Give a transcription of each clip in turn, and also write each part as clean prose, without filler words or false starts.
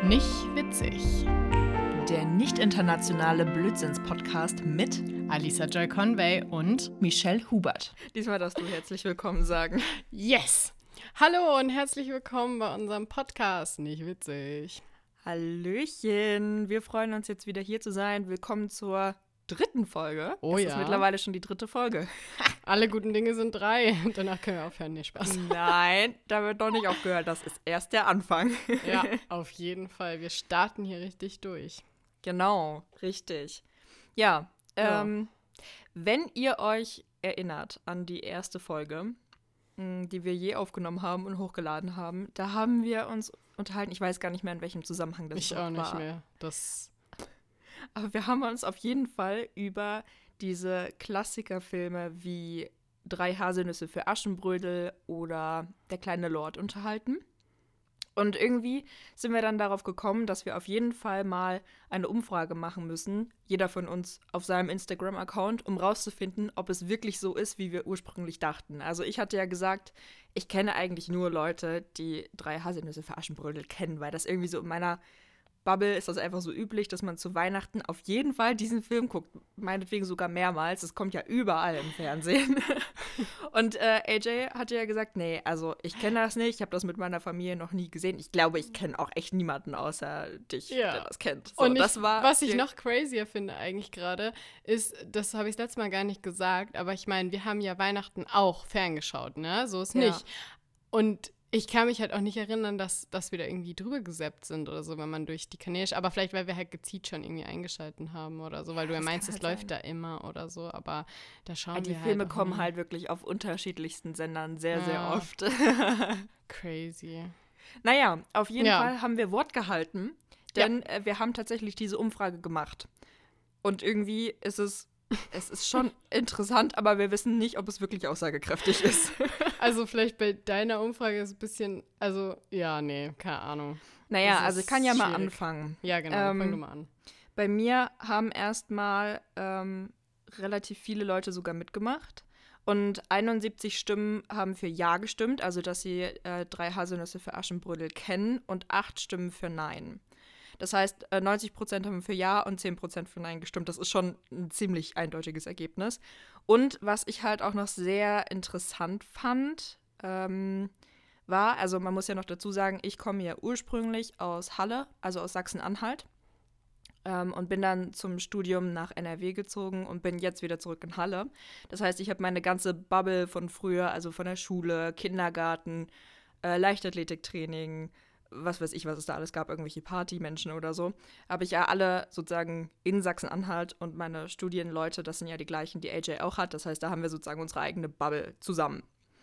Nicht witzig. Der nicht internationale Blödsinns-Podcast mit Alisa Joy Conway und Michelle Hubert. Diesmal darfst du herzlich willkommen sagen. Yes! Hallo und herzlich willkommen bei unserem Podcast Nicht witzig. Hallöchen, wir freuen uns jetzt wieder hier zu sein. Willkommen zur 3. Folge. Oh es ja. ist mittlerweile schon die 3. Folge. Alle guten Dinge sind 3. Danach können wir aufhören. Nee, Spaß. Nein, da wird noch nicht aufgehört. Das ist erst der Anfang. Ja, auf jeden Fall. Wir starten hier richtig durch. Genau, richtig. Ja, wenn ihr euch erinnert an die erste Folge, die wir je aufgenommen haben und hochgeladen haben, da haben wir uns unterhalten. Ich weiß gar nicht mehr, in welchem Zusammenhang das Ich war. auch nicht mehr. Aber wir haben uns auf jeden Fall über diese Klassikerfilme wie 3 Haselnüsse für Aschenbrödel oder Der kleine Lord unterhalten. Und irgendwie sind wir dann darauf gekommen, dass wir auf jeden Fall mal eine Umfrage machen müssen, jeder von uns auf seinem Instagram-Account, um rauszufinden, ob es wirklich so ist, wie wir ursprünglich dachten. Also ich hatte ja gesagt, ich kenne eigentlich nur Leute, die 3 Haselnüsse für Aschenbrödel kennen, weil das irgendwie so in meiner Bubble ist das einfach so üblich, dass man zu Weihnachten auf jeden Fall diesen Film guckt. Meinetwegen sogar mehrmals. Das kommt ja überall im Fernsehen. Und AJ hatte ja gesagt, nee, also ich kenne das nicht. Ich habe das mit meiner Familie noch nie gesehen. Ich glaube, ich kenne auch echt niemanden außer dich, der das kennt. So, und was ich noch crazier finde eigentlich gerade, ist, das habe ich das letzte Mal gar nicht gesagt, aber ich meine, wir haben ja Weihnachten auch ferngeschaut, ne? So ist nicht. Und ich kann mich halt auch nicht erinnern, dass wir da irgendwie drüber gesappt sind oder so, wenn man durch die Kanäle, aber vielleicht, weil wir halt gezielt schon irgendwie eingeschalten haben oder so, weil du ja meinst, es läuft da immer oder so, aber da schauen wir die halt Filme auch kommen nie. halt wirklich auf unterschiedlichsten Sendern sehr, sehr oft. Crazy. Naja, auf jeden Fall haben wir Wort gehalten, denn wir haben tatsächlich diese Umfrage gemacht. Und irgendwie ist es ist schon interessant, aber wir wissen nicht, ob es wirklich aussagekräftig ist. Also vielleicht bei deiner Umfrage ist es ein bisschen, also, ja, nee, keine Ahnung. Naja, also ich kann ja mal schwierig. anfangen. Ja, genau, fang du mal an. Bei mir haben erstmal relativ viele Leute sogar mitgemacht. Und 71 Stimmen haben für Ja gestimmt, also dass sie 3 Haselnüsse für Aschenbrödel kennen, und 8 Stimmen für Nein. Das heißt, 90% haben für Ja und 10% für Nein gestimmt. Das ist schon ein ziemlich eindeutiges Ergebnis. Und was ich halt auch noch sehr interessant fand, war, also man muss ja noch dazu sagen, ich komme ja ursprünglich aus Halle, also aus Sachsen-Anhalt, und bin dann zum Studium nach NRW gezogen und bin jetzt wieder zurück in Halle. Das heißt, ich habe meine ganze Bubble von früher, also von der Schule, Kindergarten, Leichtathletiktraining, was weiß ich, was es da alles gab, irgendwelche Partymenschen oder so, habe ich ja alle sozusagen in Sachsen-Anhalt, und meine Studienleute, das sind ja die gleichen, die AJ auch hat. Das heißt, da haben wir sozusagen unsere eigene Bubble zusammen.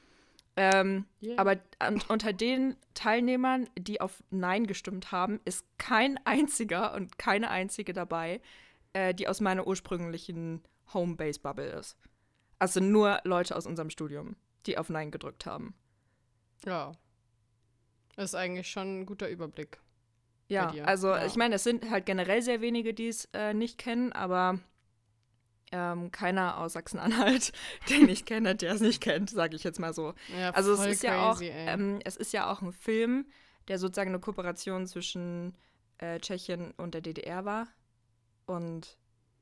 Aber unter den Teilnehmern, die auf Nein gestimmt haben, ist kein einziger und keine einzige dabei, die aus meiner ursprünglichen Home-Base-Bubble ist. Also nur Leute aus unserem Studium, die auf Nein gedrückt haben. Ja. Das ist eigentlich schon ein guter Überblick. Ja, bei dir. also ich meine, es sind halt generell sehr wenige, die es nicht kennen, aber keiner aus Sachsen-Anhalt, den ich kenne, der es nicht kennt, sage ich jetzt mal so. Ja, Also voll es ist crazy, es ist ja auch ein Film, der sozusagen eine Kooperation zwischen Tschechien und der DDR war. Und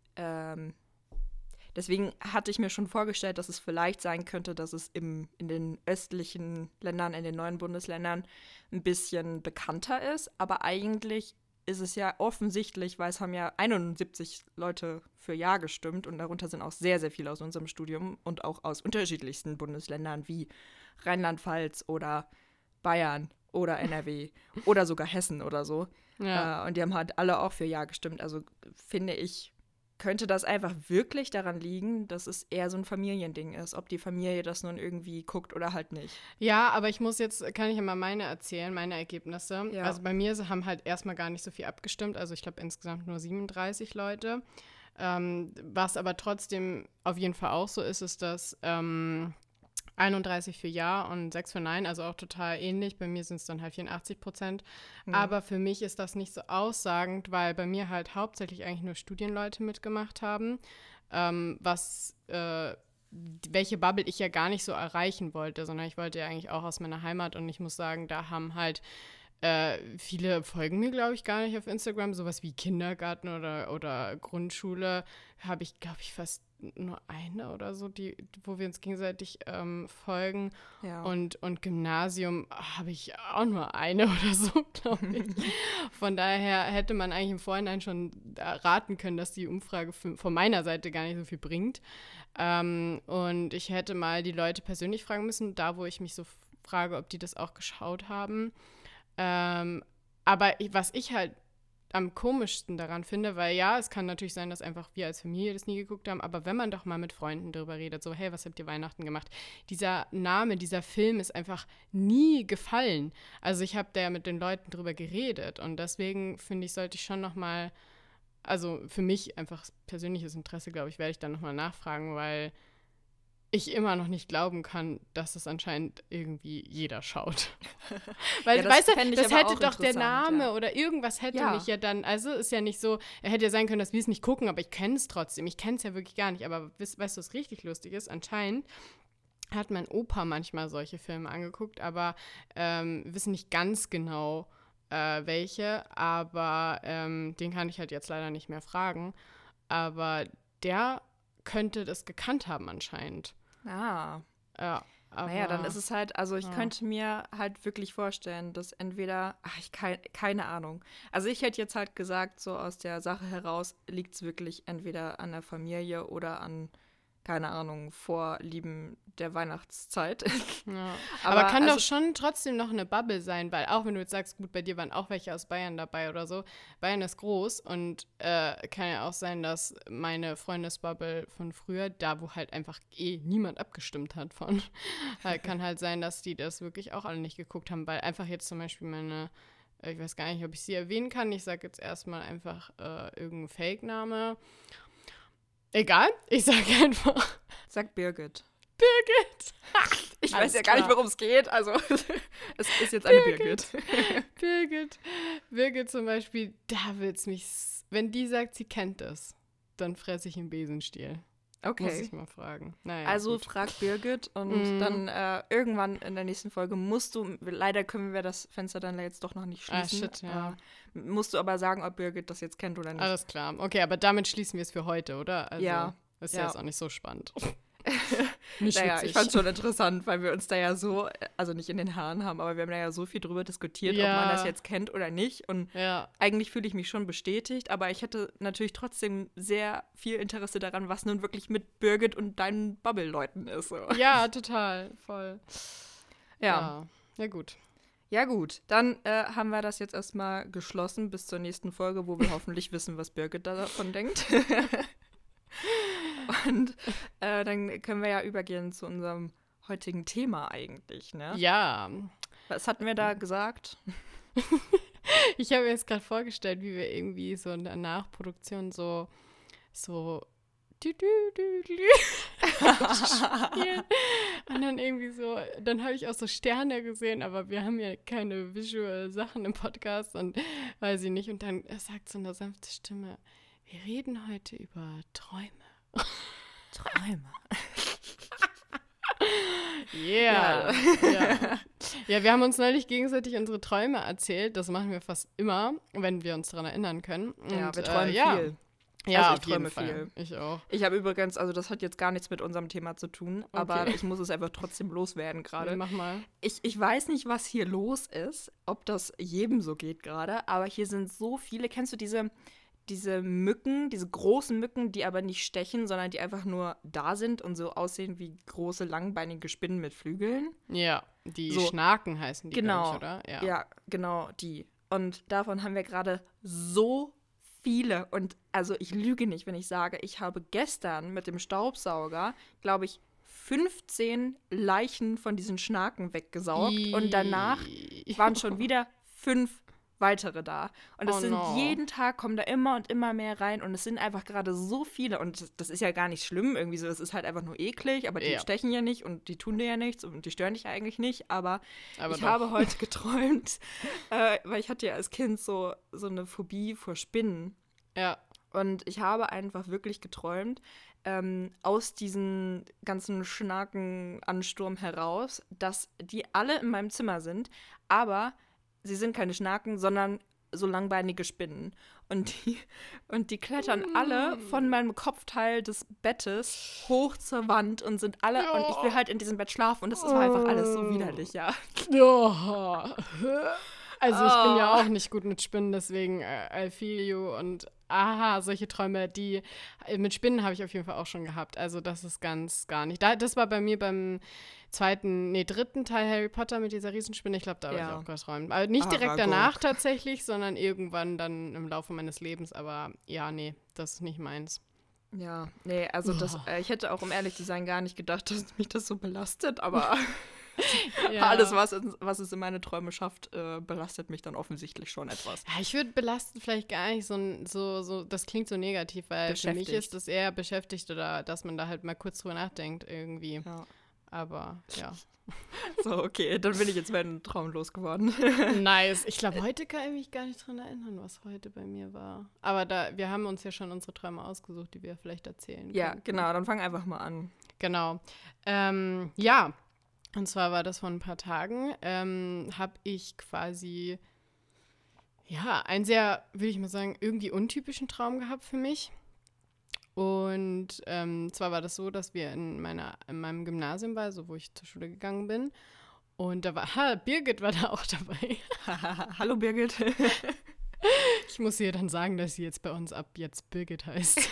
deswegen hatte ich mir schon vorgestellt, dass es vielleicht sein könnte, dass es in den östlichen Ländern, in den neuen Bundesländern ein bisschen bekannter ist. Aber eigentlich ist es ja offensichtlich, weil es haben ja 71 Leute für Ja gestimmt, und darunter sind auch sehr, sehr viele aus unserem Studium und auch aus unterschiedlichsten Bundesländern wie Rheinland-Pfalz oder Bayern oder NRW oder sogar Hessen oder so. Ja. Und die haben halt alle auch für Ja gestimmt. Also finde ich, könnte das einfach wirklich daran liegen, dass es eher so ein Familiending ist, ob die Familie das nun irgendwie guckt oder halt nicht. Ja, aber kann ich ja mal meine erzählen, meine Ergebnisse. Ja. Also bei mir haben halt erstmal gar nicht so viel abgestimmt, also ich glaube insgesamt nur 37 Leute. Was aber trotzdem auf jeden Fall auch so ist, ist, dass 31 für Ja und 6 für Nein, also auch total ähnlich. Bei mir sind es dann halt 84%. Aber für mich ist das nicht so aussagend, weil bei mir halt hauptsächlich eigentlich nur Studienleute mitgemacht haben, welche Bubble ich ja gar nicht so erreichen wollte, sondern ich wollte ja eigentlich auch aus meiner Heimat, und ich muss sagen, da haben halt viele folgen mir, glaube ich, gar nicht auf Instagram. Sowas wie Kindergarten oder Grundschule habe ich, glaube ich, fast nur eine oder so, wo wir uns gegenseitig folgen. Ja. Und Gymnasium habe ich auch nur eine oder so, glaube ich. Von daher hätte man eigentlich im Vorhinein schon raten können, dass die Umfrage von meiner Seite gar nicht so viel bringt. Und ich hätte mal die Leute persönlich fragen müssen, da wo ich mich so frage, ob die das auch geschaut haben. Aber was ich halt am komischsten daran finde, weil ja, es kann natürlich sein, dass einfach wir als Familie das nie geguckt haben, aber wenn man doch mal mit Freunden darüber redet, so, hey, was habt ihr Weihnachten gemacht? Dieser Name, dieser Film ist einfach nie gefallen. Also ich habe da ja mit den Leuten drüber geredet und deswegen finde ich, sollte ich schon noch mal, also für mich einfach persönliches Interesse, glaube ich, werde ich dann noch mal nachfragen, weil ich immer noch nicht glauben kann, dass es anscheinend irgendwie jeder schaut. Weil, Ja, weißt du, fänd ich das aber hätte auch doch der interessant, Name ja. oder irgendwas hätte mich ja dann, also ist ja nicht so, er hätte ja sein können, dass wir es nicht gucken, aber ich kenne es trotzdem. Ich kenne es ja wirklich gar nicht, aber weißt du, was richtig lustig ist? Anscheinend hat mein Opa manchmal solche Filme angeguckt, aber wissen nicht ganz genau, welche, aber den kann ich halt jetzt leider nicht mehr fragen. Aber der könnte das gekannt haben anscheinend. Ah. Ja, aber Naja, dann ist es halt, also ich ja. könnte mir halt wirklich vorstellen, dass entweder, keine Ahnung. Also ich hätte jetzt halt gesagt, so aus der Sache heraus liegt es wirklich entweder an der Familie oder an, keine Ahnung, Vorlieben der Weihnachtszeit. Ja. Aber kann also, doch schon trotzdem noch eine Bubble sein, weil auch wenn du jetzt sagst, gut, bei dir waren auch welche aus Bayern dabei oder so, Bayern ist groß und kann ja auch sein, dass meine Freundesbubble von früher, da wo halt einfach niemand abgestimmt hat von, kann halt sein, dass die das wirklich auch alle nicht geguckt haben, weil einfach jetzt zum Beispiel ich weiß gar nicht, ob ich sie erwähnen kann, ich sage jetzt erstmal einfach irgendeinen Fake-Name. Egal, ich sage einfach Sag Birgit. Birgit. Ich Alles weiß ja gar nicht, klar. worum es geht, also es ist jetzt eine Birgit. Birgit zum Beispiel, da wird's mich, wenn die sagt, sie kennt das, dann fresse ich einen Besenstiel. Muss Okay. ich mal fragen. Naja, Also gut. frag Birgit und dann irgendwann in der nächsten Folge leider können wir das Fenster dann jetzt doch noch nicht schließen. Shit, ja. Musst du aber sagen, ob Birgit das jetzt kennt oder nicht. Alles klar. Okay, aber damit schließen wir es für heute, oder? Also, Ja. ist ja Ja. jetzt auch nicht so spannend. Nicht Naja, witzig. ich fand es schon interessant, weil wir uns da ja so, also nicht in den Haaren haben, aber wir haben da ja so viel drüber diskutiert, ob Ja. man das jetzt kennt oder nicht. Und Ja. eigentlich fühle ich mich schon bestätigt, aber ich hätte natürlich trotzdem sehr viel Interesse daran, was nun wirklich mit Birgit und deinen Bubble-Leuten ist. So. Ja, total. Voll. Ja. Ja, gut. Ja gut, dann haben wir das jetzt erstmal geschlossen bis zur nächsten Folge, wo wir hoffentlich wissen, was Birgit davon denkt. Und dann können wir ja übergehen zu unserem heutigen Thema eigentlich, ne? Ja. Was hatten wir da gesagt? Ich habe mir jetzt gerade vorgestellt, wie wir irgendwie so in der Nachproduktion so spielen. Und dann irgendwie so, dann habe ich auch so Sterne gesehen, aber wir haben ja keine visual Sachen im Podcast und weiß ich nicht. Und dann sagt so eine sanfte Stimme, wir reden heute über Träume. Träume. Yeah. Ja. Ja, wir haben uns neulich gegenseitig unsere Träume erzählt. Das machen wir fast immer, wenn wir uns daran erinnern können. Ja, Und, wir träumen ja. viel. Ja, Also auf ich jeden träume Fall. viel. Ich auch. Ich habe übrigens, also das hat jetzt gar nichts mit unserem Thema zu tun, aber ich muss es einfach trotzdem loswerden gerade. Mach mal. Ich weiß nicht, was hier los ist, ob das jedem so geht gerade, aber hier sind so viele, kennst du diese Mücken, diese großen Mücken, die aber nicht stechen, sondern die einfach nur da sind und so aussehen wie große, langbeinige Spinnen mit Flügeln? Ja, die So. Schnaken heißen die, Genau, glaub ich, oder? Ja, genau, die. Und davon haben wir gerade so viele. Und also ich lüge nicht, wenn ich sage, ich habe gestern mit dem Staubsauger, glaube ich, 15 Leichen von diesen Schnaken weggesaugt. Und danach waren schon wieder 5 weitere da. Und es Oh sind no. jeden Tag kommen da immer und immer mehr rein. Und es sind einfach gerade so viele. Und das ist ja gar nicht schlimm irgendwie so. Das ist halt einfach nur eklig. Aber die Ja. stechen ja nicht und die tun dir ja nichts. Und die stören dich eigentlich nicht. Aber ich doch. habe heute geträumt, weil ich hatte ja als Kind so eine Phobie vor Spinnen. Ja. Und ich habe einfach wirklich geträumt, aus diesem ganzen Schnakenansturm heraus, dass die alle in meinem Zimmer sind, aber sie sind keine Schnaken, sondern so langbeinige Spinnen. Und die klettern alle von meinem Kopfteil des Bettes hoch zur Wand und sind alle, und ich will halt in diesem Bett schlafen und das war einfach alles so widerlich, ja. Ja. Also ich bin ja auch nicht gut mit Spinnen, deswegen I feel you. Und solche Träume, mit Spinnen habe ich auf jeden Fall auch schon gehabt. Also das ist ganz gar nicht. Das war bei mir beim dritten Teil Harry Potter mit dieser Riesenspinne. Ich glaube, da habe ich auch geträumt. Aber nicht direkt danach tatsächlich, sondern irgendwann dann im Laufe meines Lebens. Aber ja, nee, das ist nicht meins. Ja, nee, also ich hätte auch, um ehrlich zu sein, gar nicht gedacht, dass mich das so belastet, aber ja. Alles, was es in meine Träume schafft, belastet mich dann offensichtlich schon etwas. Ja, ich würde belasten vielleicht gar nicht so, das klingt so negativ, weil für mich ist das eher beschäftigt oder dass man da halt mal kurz drüber nachdenkt irgendwie. Ja. Aber, ja. So, okay, dann bin ich jetzt meinen Traum losgeworden. Nice. Ich glaube, heute kann ich mich gar nicht dran erinnern, was heute bei mir war. Aber wir haben uns ja schon unsere Träume ausgesucht, die wir vielleicht erzählen können. Ja, genau, dann fang einfach mal an. Genau. Ja, und zwar war das vor ein paar Tagen, habe ich quasi, einen sehr, würde ich mal sagen, irgendwie untypischen Traum gehabt für mich. Und zwar war das so, dass wir in meinem Gymnasium waren, so wo ich zur Schule gegangen bin. Und da war, Birgit war da auch dabei. Hallo Birgit. Ich muss ihr dann sagen, dass sie jetzt bei uns ab jetzt Birgit heißt.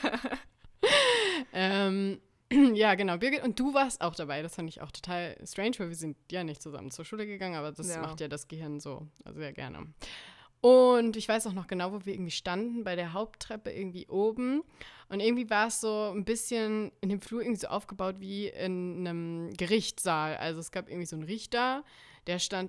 Ja, genau, Birgit. Und du warst auch dabei. Das fand ich auch total strange, weil wir sind ja nicht zusammen zur Schule gegangen, aber das macht ja das Gehirn so sehr gerne. Und ich weiß auch noch genau, wo wir irgendwie standen, bei der Haupttreppe irgendwie oben. Und irgendwie war es so ein bisschen in dem Flur irgendwie so aufgebaut wie in einem Gerichtssaal. Also es gab irgendwie so einen Richter, der stand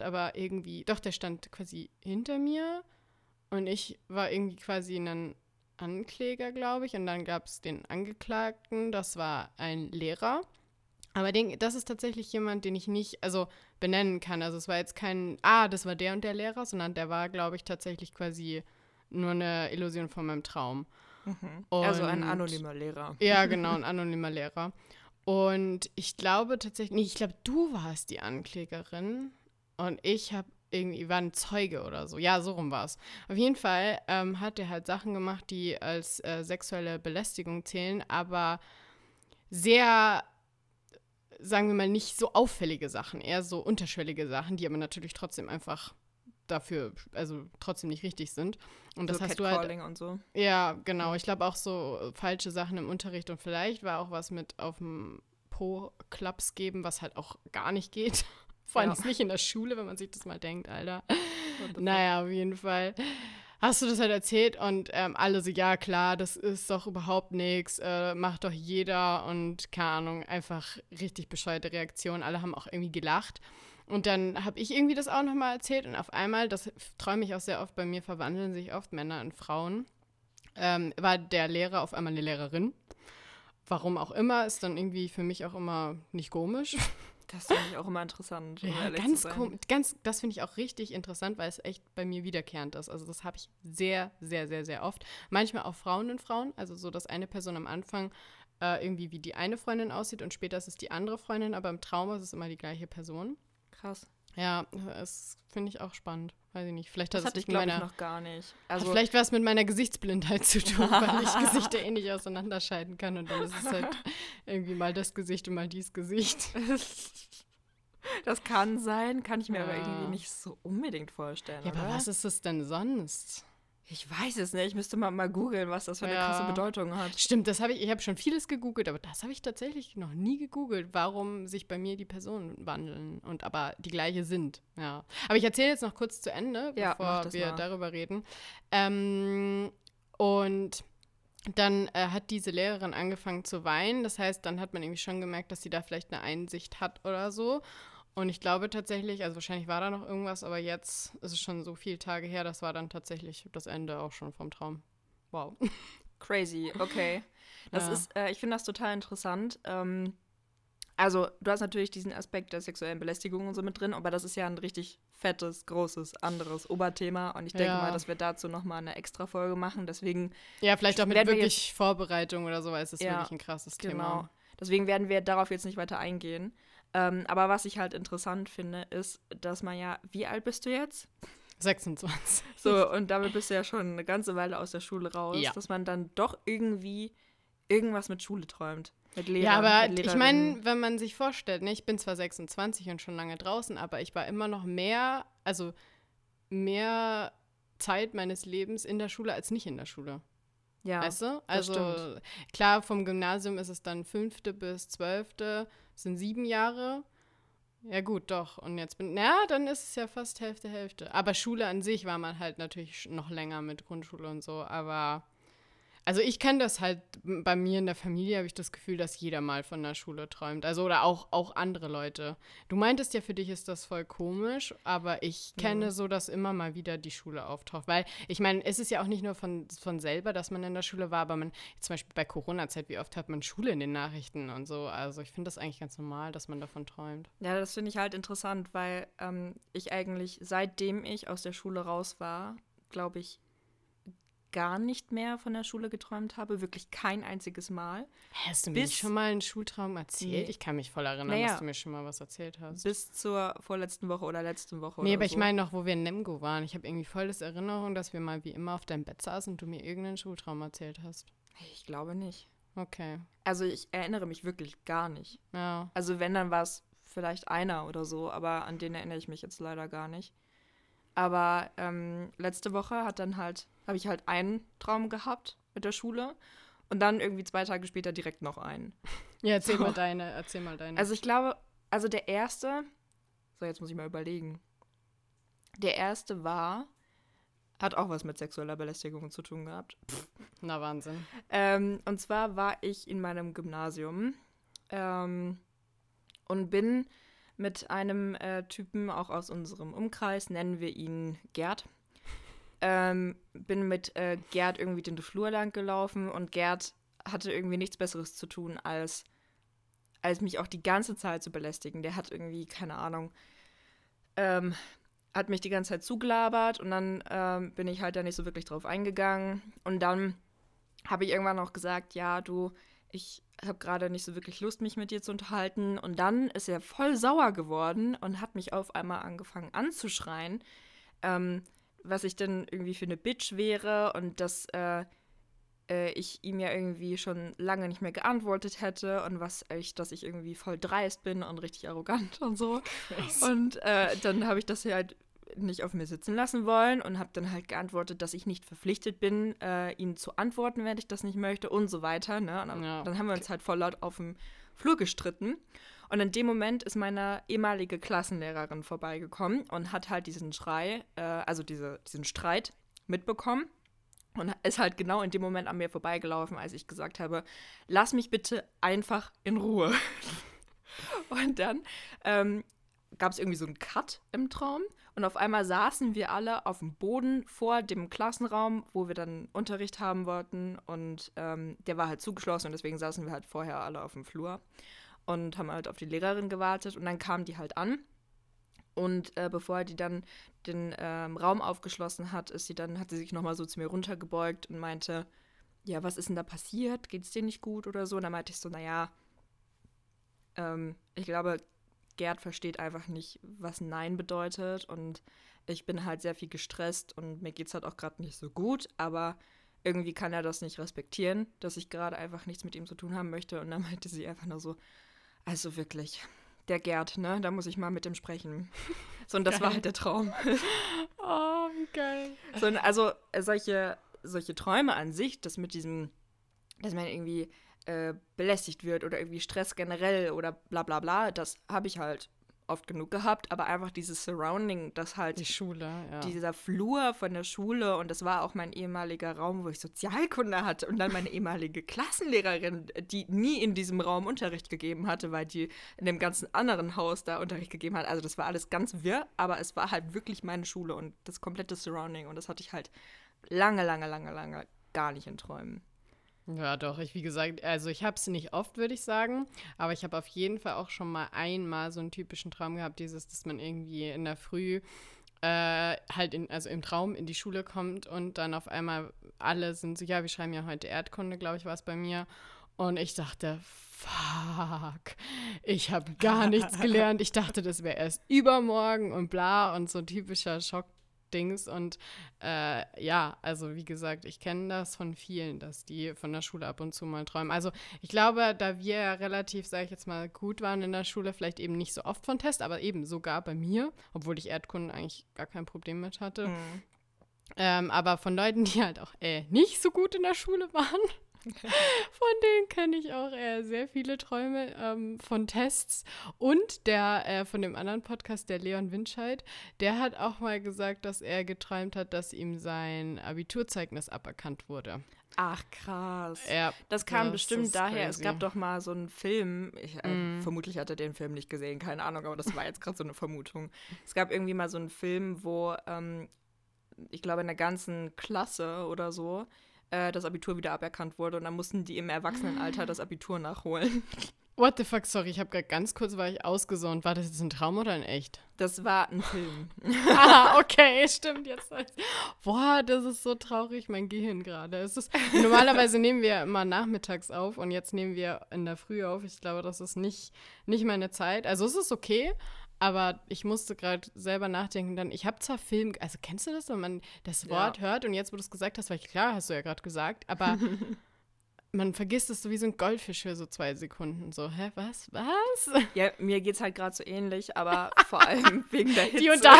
quasi hinter mir. Und ich war irgendwie quasi ein Ankläger, glaube ich. Und dann gab es den Angeklagten, das war ein Lehrer. Aber das ist tatsächlich jemand, den ich nicht benennen kann. Also es war jetzt kein, das war der und der Lehrer, sondern der war, glaube ich, tatsächlich quasi nur eine Illusion von meinem Traum. Mhm. Also ein anonymer Lehrer. Ja, genau, ein anonymer Lehrer. Und ich glaube tatsächlich, du warst die Anklägerin und ich war ein Zeuge oder so. Ja, so rum war es. Auf jeden Fall hat er halt Sachen gemacht, die als sexuelle Belästigung zählen, aber sehr, sagen wir mal, nicht so auffällige Sachen, eher so unterschwellige Sachen, die aber natürlich trotzdem einfach dafür, trotzdem nicht richtig sind. Und das so hast du halt. Catcalling und so. Ja, genau. Ich glaube auch so falsche Sachen im Unterricht und vielleicht war auch was mit auf dem Po-Klaps geben, was halt auch gar nicht geht. Vor allem nicht in der Schule, wenn man sich das mal denkt, Alter. Naja, auf jeden Fall. Hast du das halt erzählt und alle so, ja klar, das ist doch überhaupt nichts, macht doch jeder und keine Ahnung, einfach richtig bescheuerte Reaktion. Alle haben auch irgendwie gelacht. Und dann habe ich irgendwie das auch nochmal erzählt und auf einmal, das träume ich auch sehr oft, bei mir verwandeln sich oft Männer in Frauen, war der Lehrer auf einmal eine Lehrerin. Warum auch immer, ist dann irgendwie für mich auch immer nicht komisch. Das finde ich auch immer interessant. Ja, das finde ich auch richtig interessant, weil es echt bei mir wiederkehrend ist. Also das habe ich sehr, sehr, sehr, sehr oft. Manchmal auch Frauen in Frauen, also so, dass eine Person am Anfang irgendwie wie die eine Freundin aussieht und später ist es die andere Freundin, aber im Traum ist es immer die gleiche Person. Krass. Ja, das finde ich auch spannend. Weiß ich nicht. Vielleicht das hatte ich, glaube ich, noch gar nicht. Also vielleicht war es mit meiner Gesichtsblindheit zu tun, weil ich Gesichter nicht auseinanderscheiden kann und dann ist es halt irgendwie mal das Gesicht und mal dieses Gesicht. Das kann sein, kann ich mir aber irgendwie nicht so unbedingt vorstellen. Ja, oder? aber was ist es denn sonst? Ich weiß es nicht. Ich müsste mal googeln, was das für eine krasse Bedeutung hat. Stimmt, ich habe schon vieles gegoogelt, aber das habe ich tatsächlich noch nie gegoogelt, warum sich bei mir die Personen wandeln und aber die gleiche sind. Ja. Aber ich erzähle jetzt noch kurz zu Ende, bevor wir darüber reden. Und dann hat diese Lehrerin angefangen zu weinen. Das heißt, dann hat man irgendwie schon gemerkt, dass sie da vielleicht eine Einsicht hat oder so. Und ich glaube tatsächlich, also wahrscheinlich war da noch irgendwas, aber jetzt ist es schon so viele Tage her, das war dann tatsächlich das Ende auch schon vom Traum. Wow. Crazy, okay. Das ist, ich finde das total interessant. Also, du hast natürlich diesen Aspekt der sexuellen Belästigung und so mit drin, aber das ist ja ein richtig fettes, großes, anderes Oberthema. Und ich denke mal, dass wir dazu nochmal eine extra Folge machen. Deswegen. Ja, vielleicht auch mit wirklich Vorbereitung oder so, weil es ist wirklich ein krasses Thema. Deswegen werden wir darauf jetzt nicht weiter eingehen. Aber was ich halt interessant finde, ist, dass man ja, wie alt bist du jetzt? 26. So, und damit bist du ja schon eine ganze Weile aus der Schule raus, Ja. dass man dann doch irgendwie irgendwas mit Schule träumt. Mit Lehrern, Ja, aber mit ich Lehrerinnen. meine, wenn man sich vorstellt, ne, ich bin zwar 26 und schon lange draußen, aber ich war immer noch mehr Zeit meines Lebens in der Schule als nicht in der Schule. Ja, Weißt du? das Also stimmt. klar, vom Gymnasium ist es dann 5. bis 12. sind 7 Jahre. Ja gut, doch. Und jetzt dann ist es ja fast Hälfte, Hälfte. Aber Schule an sich war man halt natürlich noch länger mit Grundschule und so. Aber, also ich kenne das halt, bei mir in der Familie habe ich das Gefühl, dass jeder mal von der Schule träumt. Also oder auch andere Leute. Du meintest ja, für dich ist das voll komisch, aber ich kenne so, dass immer mal wieder die Schule auftaucht. Weil, ich meine, es ist ja auch nicht nur von selber, dass man in der Schule war, aber zum Beispiel bei Corona-Zeit, wie oft hat man Schule in den Nachrichten und so. Also ich finde das eigentlich ganz normal, dass man davon träumt. Ja, das finde ich halt interessant, weil ich eigentlich, seitdem ich aus der Schule raus war, glaube ich, gar nicht mehr von der Schule geträumt habe. Wirklich kein einziges Mal. Hast du mir Bis- schon mal einen Schultraum erzählt? Nee. Ich kann mich voll erinnern, Naja. dass du mir schon mal was erzählt hast. Bis zur vorletzten Woche oder letzten Woche Nee, oder aber ich so. meine noch, wo wir in Lemgo waren. Ich habe irgendwie voll das Erinnerung, dass wir mal wie immer auf deinem Bett saßen und du mir irgendeinen Schultraum erzählt hast. Ich glaube nicht. Okay, Also ich erinnere mich wirklich gar nicht. ja. Also wenn, dann war es vielleicht einer oder so, aber an den erinnere ich mich jetzt leider gar nicht. Aber letzte Woche habe ich halt einen Traum gehabt mit der Schule und dann irgendwie 2 Tage später direkt noch einen. Ja, erzähl So. mal deine. Also ich glaube, also der erste, so jetzt muss ich mal überlegen. Der erste hat auch was mit sexueller Belästigung zu tun gehabt. Na, Wahnsinn. Und zwar war ich in meinem Gymnasium und bin mit einem Typen auch aus unserem Umkreis, nennen wir ihn Gerd. Bin mit Gerd irgendwie den Flur lang gelaufen und Gerd hatte irgendwie nichts Besseres zu tun, als mich auch die ganze Zeit zu belästigen. Der hat irgendwie, keine Ahnung, hat mich die ganze Zeit zugelabert und dann bin ich halt da nicht so wirklich drauf eingegangen. Und dann habe ich irgendwann auch gesagt, ja, du, ich habe gerade nicht so wirklich Lust, mich mit dir zu unterhalten. Und dann ist er voll sauer geworden und hat mich auf einmal angefangen anzuschreien, was ich denn irgendwie für eine Bitch wäre und dass ich ihm ja irgendwie schon lange nicht mehr geantwortet hätte und dass ich irgendwie voll dreist bin und richtig arrogant und so. Und dann habe ich das halt nicht auf mir sitzen lassen wollen und habe dann halt geantwortet, dass ich nicht verpflichtet bin, ihm zu antworten, wenn ich das nicht möchte und so weiter. Ne? Und dann haben wir uns halt voll laut auf dem Flur gestritten. Und in dem Moment ist meine ehemalige Klassenlehrerin vorbeigekommen und hat halt diesen Schrei, diesen Streit mitbekommen. Und ist halt genau in dem Moment an mir vorbeigelaufen, als ich gesagt habe, lass mich bitte einfach in Ruhe. Und dann gab es irgendwie so einen Cut im Traum. Und auf einmal saßen wir alle auf dem Boden vor dem Klassenraum, wo wir dann Unterricht haben wollten. Und der war halt zugeschlossen und deswegen saßen wir halt vorher alle auf dem Flur und haben halt auf die Lehrerin gewartet. Und dann kam die halt an. Und bevor die dann den Raum aufgeschlossen hat, hat sie sich nochmal so zu mir runtergebeugt und meinte, ja, was ist denn da passiert? Geht's dir nicht gut oder so? Und dann meinte ich so, naja, ich glaube, Gerd versteht einfach nicht, was Nein bedeutet. Und ich bin halt sehr viel gestresst und mir geht's halt auch gerade nicht so gut. Aber irgendwie kann er das nicht respektieren, dass ich gerade einfach nichts mit ihm zu tun haben möchte. Und dann meinte sie einfach nur so, also wirklich, der Gerd, ne, da muss ich mal mit dem sprechen. So, und das war halt der Traum. Oh, wie geil. So, also solche Träume an sich, dass man irgendwie belästigt wird oder irgendwie Stress generell oder bla bla bla, das habe ich halt oft genug gehabt, aber einfach dieses Surrounding, das halt Die Schule, ja. dieser Flur von der Schule und das war auch mein ehemaliger Raum, wo ich Sozialkunde hatte und dann meine ehemalige Klassenlehrerin, die nie in diesem Raum Unterricht gegeben hatte, weil die in dem ganzen anderen Haus da Unterricht gegeben hat. Also das war alles ganz wirr, aber es war halt wirklich meine Schule und das komplette Surrounding und das hatte ich halt lange gar nicht in Träumen. Ja, doch. Wie gesagt, also ich habe es nicht oft, würde ich sagen, aber ich habe auf jeden Fall auch schon mal einmal so einen typischen Traum gehabt, dass man irgendwie in der Früh im Traum in die Schule kommt und dann auf einmal alle sind so, ja, wir schreiben ja heute Erdkunde, glaube ich, war es bei mir. Und ich dachte, fuck, ich habe gar nichts gelernt. Ich dachte, das wäre erst übermorgen und bla und so typischer Schockdings. Und ja, also wie gesagt, ich kenne das von vielen, dass die von der Schule ab und zu mal träumen. Also ich glaube, da wir ja relativ, sage ich jetzt mal, gut waren in der Schule, vielleicht eben nicht so oft von Test, aber eben sogar bei mir, obwohl ich Erdkunde eigentlich gar kein Problem mit hatte. Aber von Leuten, die halt auch nicht so gut in der Schule waren, von denen kenne ich auch sehr viele Träume von Tests. Und der von dem anderen Podcast, der Leon Winscheid, der hat auch mal gesagt, dass er geträumt hat, dass ihm sein Abiturzeugnis aberkannt wurde. Ach, krass. Ja, das kam das bestimmt ist daher, crazy. es gab doch mal so einen Film, vermutlich hat er den Film nicht gesehen, keine Ahnung, aber das war jetzt gerade so eine Vermutung. Es gab irgendwie mal so einen Film, wo, ich glaube, in der ganzen Klasse oder so, das Abitur wieder aberkannt wurde und dann mussten die im Erwachsenenalter das Abitur nachholen. What the fuck, sorry, ich habe gerade ganz kurz, war ich ausgesaunt. War das jetzt ein Traum oder in echt? Das war ein Film. Okay, stimmt jetzt. Boah, das ist so traurig, mein Gehirn gerade. Normalerweise nehmen wir immer nachmittags auf und jetzt nehmen wir in der Früh auf. Ich glaube, das ist nicht meine Zeit. Also es ist okay, aber ich musste gerade selber nachdenken. Dann, ich habe zwar Film, also kennst du das, wenn man das Wort hört und jetzt, wo du es gesagt hast, war ich klar, hast du ja gerade gesagt, aber man vergisst es so wie so ein Goldfisch für so 2 Sekunden. So, was? Ja, mir geht's halt gerade so ähnlich, aber vor allem wegen der Hitze.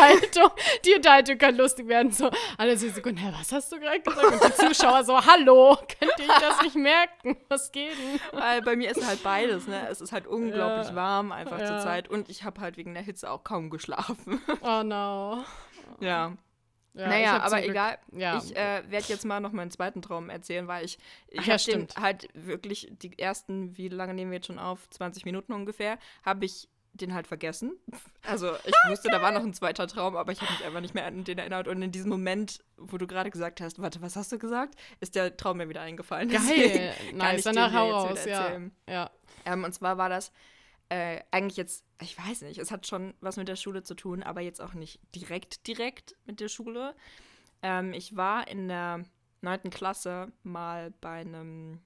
Die Unterhaltung kann lustig werden. So, alle 10 Sekunden, was hast du gerade gesagt? Und die Zuschauer so, hallo, könnt ihr euch das nicht merken? Was geht denn? Weil bei mir ist halt beides, ne? Es ist halt unglaublich warm einfach zur Zeit und ich habe halt wegen der Hitze auch kaum geschlafen. Oh no. Ja. Ja, naja, aber egal. Ja. Ich werde jetzt mal noch meinen zweiten Traum erzählen, weil ich ja, habe den halt wirklich die ersten, wie lange nehmen wir jetzt schon auf? 20 Minuten ungefähr, habe ich den halt vergessen. Also ich wusste, da war noch ein zweiter Traum, aber ich habe mich einfach nicht mehr an den erinnert. Und in diesem Moment, wo du gerade gesagt hast, warte, was hast du gesagt? Ist der Traum mir wieder eingefallen. Geil, nice, danach hau raus, ja. Und zwar war das eigentlich jetzt, ich weiß nicht, es hat schon was mit der Schule zu tun, aber jetzt auch nicht direkt mit der Schule. Ich war in der 9. Klasse mal bei einem,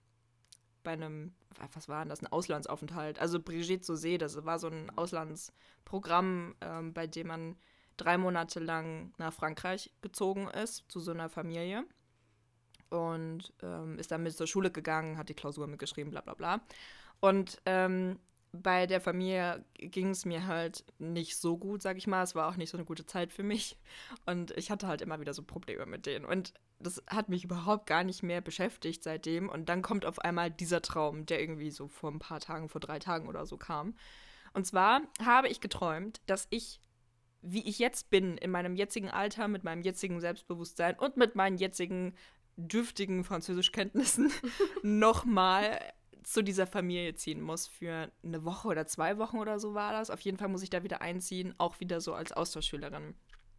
was war denn das, ein Auslandsaufenthalt. Also Brigitte Saucé, das war so ein Auslandsprogramm, bei dem man 3 Monate lang nach Frankreich gezogen ist, zu so einer Familie. Und ist dann mit zur Schule gegangen, hat die Klausur mitgeschrieben, bla bla bla. Und bei der Familie ging es mir halt nicht so gut, sag ich mal. Es war auch nicht so eine gute Zeit für mich. Und ich hatte halt immer wieder so Probleme mit denen. Und das hat mich überhaupt gar nicht mehr beschäftigt seitdem. Und dann kommt auf einmal dieser Traum, der irgendwie so vor ein paar Tagen, vor 3 Tagen oder so kam. Und zwar habe ich geträumt, dass ich, wie ich jetzt bin, in meinem jetzigen Alter, mit meinem jetzigen Selbstbewusstsein und mit meinen jetzigen dürftigen Französischkenntnissen nochmal zu dieser Familie ziehen muss für 1 Woche oder 2 Wochen oder so war das. Auf jeden Fall muss ich da wieder einziehen, auch wieder so als Austauschschülerin.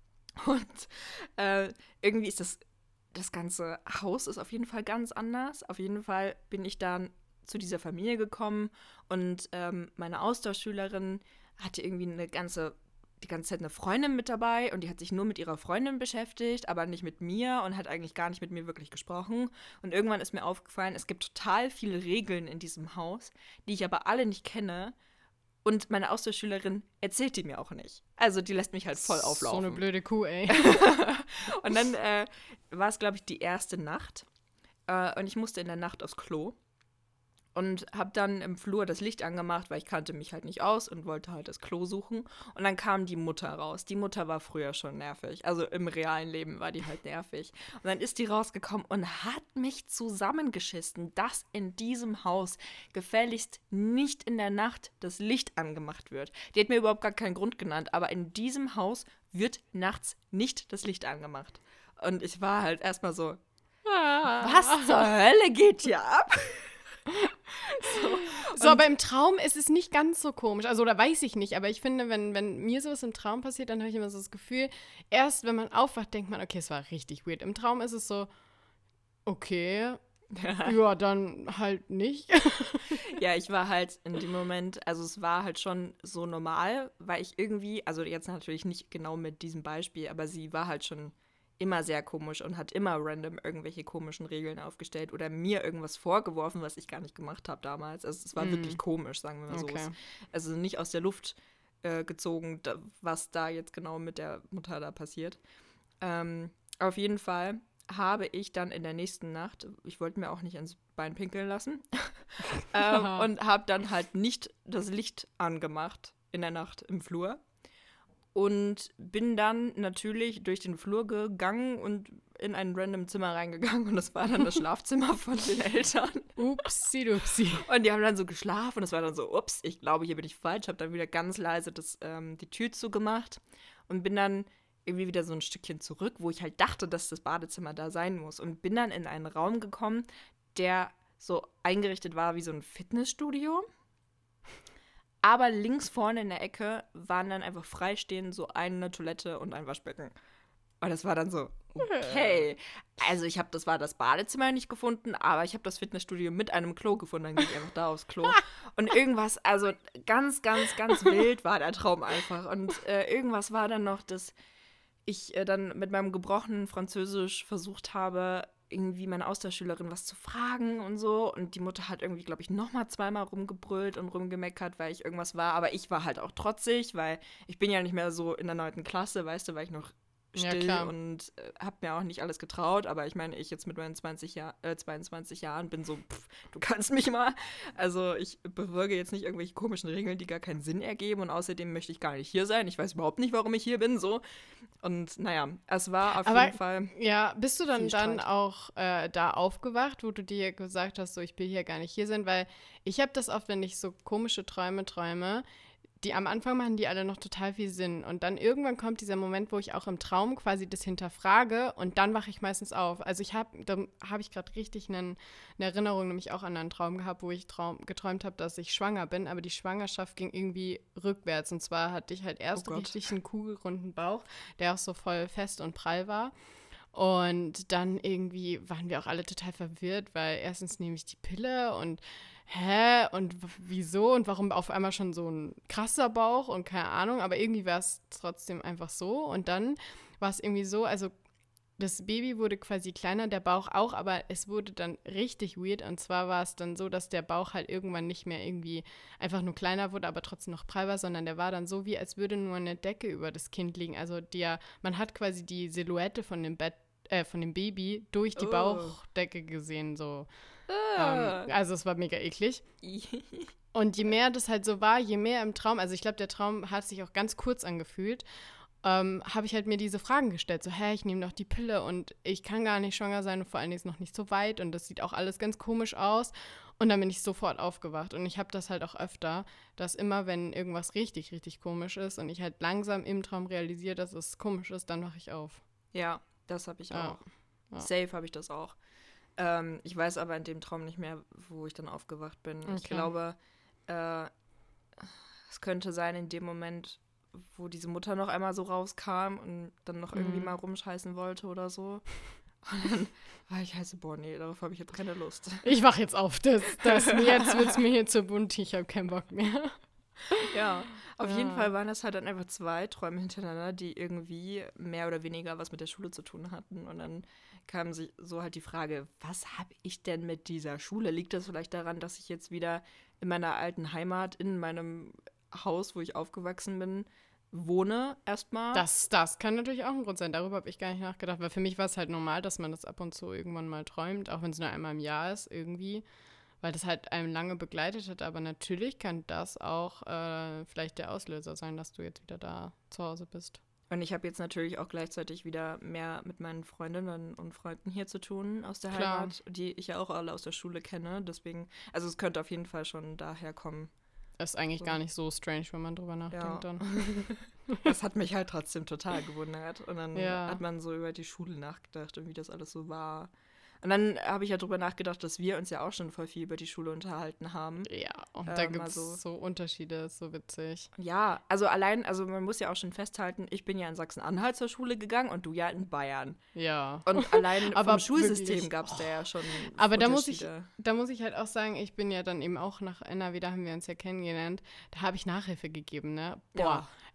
Und irgendwie ist das ganze Haus ist auf jeden Fall ganz anders. Auf jeden Fall bin ich dann zu dieser Familie gekommen und meine Austauschschülerin hatte irgendwie die ganze Zeit eine Freundin mit dabei und die hat sich nur mit ihrer Freundin beschäftigt, aber nicht mit mir und hat eigentlich gar nicht mit mir wirklich gesprochen. Und irgendwann ist mir aufgefallen, es gibt total viele Regeln in diesem Haus, die ich aber alle nicht kenne. Und meine Austauschschülerin erzählt die mir auch nicht. Also die lässt mich halt voll auflaufen. So eine blöde Kuh, ey. Und dann war es, glaube ich, die erste Nacht. Und ich musste in der Nacht aufs Klo. Und habe dann im Flur das Licht angemacht, weil ich kannte mich halt nicht aus und wollte halt das Klo suchen. Und dann kam die Mutter raus. Die Mutter war früher schon nervig. Also im realen Leben war die halt nervig. Und dann ist die rausgekommen und hat mich zusammengeschissen, dass in diesem Haus gefälligst nicht in der Nacht das Licht angemacht wird. Die hat mir überhaupt gar keinen Grund genannt, aber in diesem Haus wird nachts nicht das Licht angemacht. Und ich war halt erstmal so, was zur Hölle geht hier ab? So, aber im Traum ist es nicht ganz so komisch. Also, oder weiß ich nicht, aber ich finde, wenn mir sowas im Traum passiert, dann habe ich immer so das Gefühl, erst wenn man aufwacht, denkt man, okay, es war richtig weird. Im Traum ist es so, okay, ja, dann halt nicht. Ja, ich war halt in dem Moment, also es war halt schon so normal, weil ich irgendwie, also jetzt natürlich nicht genau mit diesem Beispiel, aber sie war halt schon immer sehr komisch und hat immer random irgendwelche komischen Regeln aufgestellt oder mir irgendwas vorgeworfen, was ich gar nicht gemacht habe damals. Also es war wirklich komisch, sagen wir mal so. Okay. Also nicht aus der Luft gezogen, was da jetzt genau mit der Mutter da passiert. Auf jeden Fall habe ich dann in der nächsten Nacht, ich wollte mir auch nicht ins Bein pinkeln lassen, und habe dann halt nicht das Licht angemacht in der Nacht im Flur. Und bin dann natürlich durch den Flur gegangen und in ein random Zimmer reingegangen. Und das war dann das Schlafzimmer von den Eltern. Upsi-dupsi. Und die haben dann so geschlafen und es war dann so, ups, ich glaube, hier bin ich falsch. Habe dann wieder ganz leise die Tür zugemacht und bin dann irgendwie wieder so ein Stückchen zurück, wo ich halt dachte, dass das Badezimmer da sein muss. Und bin dann in einen Raum gekommen, der so eingerichtet war wie so ein Fitnessstudio. Aber links vorne in der Ecke waren dann einfach freistehend so eine Toilette und ein Waschbecken. Und das war dann so, okay. Also das war das Badezimmer nicht gefunden, aber ich habe das Fitnessstudio mit einem Klo gefunden. Dann ging ich einfach da aufs Klo. Und irgendwas, also ganz, ganz, ganz wild war der Traum einfach. Und irgendwas war dann noch, dass ich dann mit meinem gebrochenen Französisch versucht habe, irgendwie meine Austauschschülerin was zu fragen und so. Und die Mutter hat irgendwie, glaube ich, nochmal zweimal rumgebrüllt und rumgemeckert, weil ich irgendwas war. Aber ich war halt auch trotzig, weil ich bin ja nicht mehr so in der 9. Klasse, weißt du, weil ich noch still und habe mir auch nicht alles getraut. Aber ich meine, ich jetzt mit meinen 22 Jahren bin so, du kannst mich mal. Also ich befolge jetzt nicht irgendwelche komischen Regeln, die gar keinen Sinn ergeben. Und außerdem möchte ich gar nicht hier sein. Ich weiß überhaupt nicht, warum ich hier bin, so. Und naja, es war auf jeden Fall. Ja, bist du dann auch da aufgewacht, wo du dir gesagt hast, so ich will hier gar nicht hier sein? Weil ich habe das oft, wenn ich so komische Träume träume, die am Anfang machen die alle noch total viel Sinn. Und dann irgendwann kommt dieser Moment, wo ich auch im Traum quasi das hinterfrage und dann wache ich meistens auf. Also da habe ich gerade richtig eine Erinnerung, nämlich auch an einen Traum gehabt, wo ich geträumt habe, dass ich schwanger bin, aber die Schwangerschaft ging irgendwie rückwärts. Und zwar hatte ich halt erst richtig einen kugelrunden Bauch, der auch so voll fest und prall war. Und dann irgendwie waren wir auch alle total verwirrt, weil erstens nehme ich die Pille und und wieso und warum auf einmal schon so ein krasser Bauch und keine Ahnung, aber irgendwie war es trotzdem einfach so. Und dann war es irgendwie so, also das Baby wurde quasi kleiner, der Bauch auch, aber es wurde dann richtig weird. Und zwar war es dann so, dass der Bauch halt irgendwann nicht mehr irgendwie einfach nur kleiner wurde, aber trotzdem noch prall war, sondern der war dann so, wie als würde nur eine Decke über das Kind liegen. Also man hat quasi die Silhouette von dem Baby durch die Bauchdecke gesehen, so. Also es war mega eklig. Und je mehr das halt so war, je mehr im Traum, also ich glaube, der Traum hat sich auch ganz kurz angefühlt, habe ich halt mir diese Fragen gestellt, so, ich nehme noch die Pille und ich kann gar nicht schwanger sein und vor allen Dingen ist noch nicht so weit und das sieht auch alles ganz komisch aus. Und dann bin ich sofort aufgewacht und ich habe das halt auch öfter, dass immer, wenn irgendwas richtig, richtig komisch ist und ich halt langsam im Traum realisiere, dass es komisch ist, dann wache ich auf. Ja, das habe ich auch. Ja. Safe habe ich das auch. Ich weiß aber in dem Traum nicht mehr, wo ich dann aufgewacht bin. Okay. Ich glaube, es könnte sein in dem Moment, wo diese Mutter noch einmal so rauskam und dann noch irgendwie mal rumscheißen wollte oder so. Und dann war ich halt so, boah, nee, darauf habe ich jetzt keine Lust. Ich wach jetzt auf, jetzt wird es mir hier zu bunt, ich habe keinen Bock mehr. Ja, auf jeden Fall waren das halt dann einfach 2 Träume hintereinander, die irgendwie mehr oder weniger was mit der Schule zu tun hatten. Und dann kam sich so halt die Frage, was habe ich denn mit dieser Schule? Liegt das vielleicht daran, dass ich jetzt wieder in meiner alten Heimat, in meinem Haus, wo ich aufgewachsen bin, wohne erstmal? Das kann natürlich auch ein Grund sein. Darüber habe ich gar nicht nachgedacht, weil für mich war es halt normal, dass man das ab und zu irgendwann mal träumt, auch wenn es nur einmal im Jahr ist irgendwie, weil das halt einem lange begleitet hat. Aber natürlich kann das auch vielleicht der Auslöser sein, dass du jetzt wieder da zu Hause bist. Und ich habe jetzt natürlich auch gleichzeitig wieder mehr mit meinen Freundinnen und Freunden hier zu tun aus der Heimat, die ich ja auch alle aus der Schule kenne. Deswegen, also es könnte auf jeden Fall schon daher kommen. Ist eigentlich gar nicht so strange, wenn man drüber nachdenkt dann. Das hat mich halt trotzdem total gewundert. Und dann hat man so über die Schule nachgedacht und wie das alles so war. Und dann habe ich ja drüber nachgedacht, dass wir uns ja auch schon voll viel über die Schule unterhalten haben. Ja, und da gibt es so Unterschiede, ist so witzig. Ja, also man muss ja auch schon festhalten, ich bin ja in Sachsen-Anhalt zur Schule gegangen und du ja in Bayern. Ja. Und allein vom Schulsystem gab es da ja schon aber da muss ich halt auch sagen, ich bin ja dann eben auch nach NRW, da haben wir uns ja kennengelernt, da habe ich Nachhilfe gegeben, ne? Boah,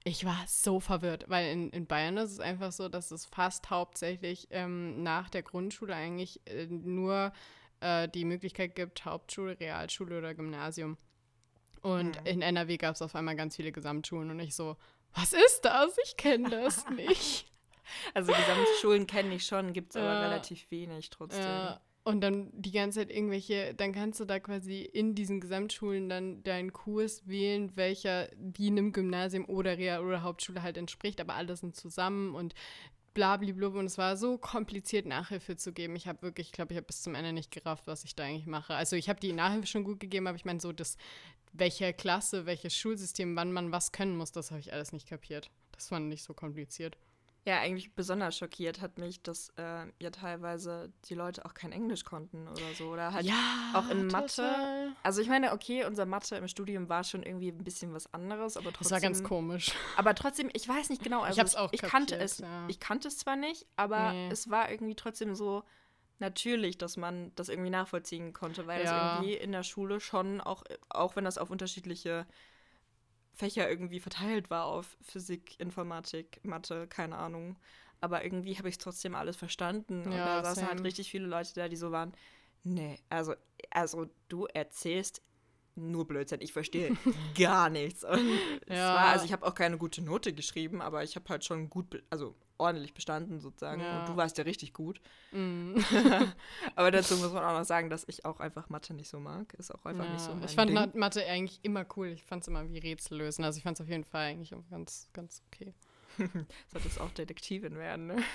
Ich war so verwirrt, weil in Bayern ist es einfach so, dass es fast hauptsächlich nach der Grundschule eigentlich nur die Möglichkeit gibt, Hauptschule, Realschule oder Gymnasium. Und in NRW gab es auf einmal ganz viele Gesamtschulen und ich so, was ist das? Ich kenne das nicht. Also Gesamtschulen kenne ich schon, gibt es aber relativ wenig trotzdem. Und dann die ganze Zeit dann kannst du da quasi in diesen Gesamtschulen dann deinen Kurs wählen, welcher die einem Gymnasium oder Real- oder Hauptschule halt entspricht, aber alle sind zusammen und blabliblub. Und es war so kompliziert, Nachhilfe zu geben. Ich glaube, ich habe bis zum Ende nicht gerafft, was ich da eigentlich mache. Also ich habe die Nachhilfe schon gut gegeben, aber ich meine so, welche Klasse, welches Schulsystem, wann man was können muss, das habe ich alles nicht kapiert. Das war nicht so kompliziert. Ja, eigentlich besonders schockiert hat mich, dass ja teilweise die Leute auch kein Englisch konnten oder so. Oder halt auch in Mathe. Total. Also ich meine, okay, unser Mathe im Studium war schon irgendwie ein bisschen was anderes, aber trotzdem. Das war ganz komisch. Aber trotzdem, ich weiß nicht genau. Also ich hab's auch ich kapiert, kannte es. ja. Ich kannte es zwar nicht, aber es war irgendwie trotzdem so natürlich, dass man das irgendwie nachvollziehen konnte, weil das irgendwie in der Schule schon, auch wenn das auf unterschiedliche Fächer irgendwie verteilt war auf Physik, Informatik, Mathe, keine Ahnung. Aber irgendwie habe ich es trotzdem alles verstanden. Und Ja, da saßen same. halt richtig viele Leute da, die so waren, nee, also du erzählst nur Blödsinn, ich verstehe gar nichts. Und also ich habe auch keine gute Note geschrieben, aber ich habe halt schon ordentlich bestanden sozusagen. Ja. Und du warst ja richtig gut. Mm. Aber dazu muss man auch noch sagen, dass ich auch einfach Mathe nicht so mag. Ist auch einfach nicht so mein Ich fand Ding. Mathe eigentlich immer cool. Ich fand es immer wie Rätsel lösen. Also ich fand es auf jeden Fall eigentlich ganz, ganz okay. Solltest auch Detektivin werden, ne?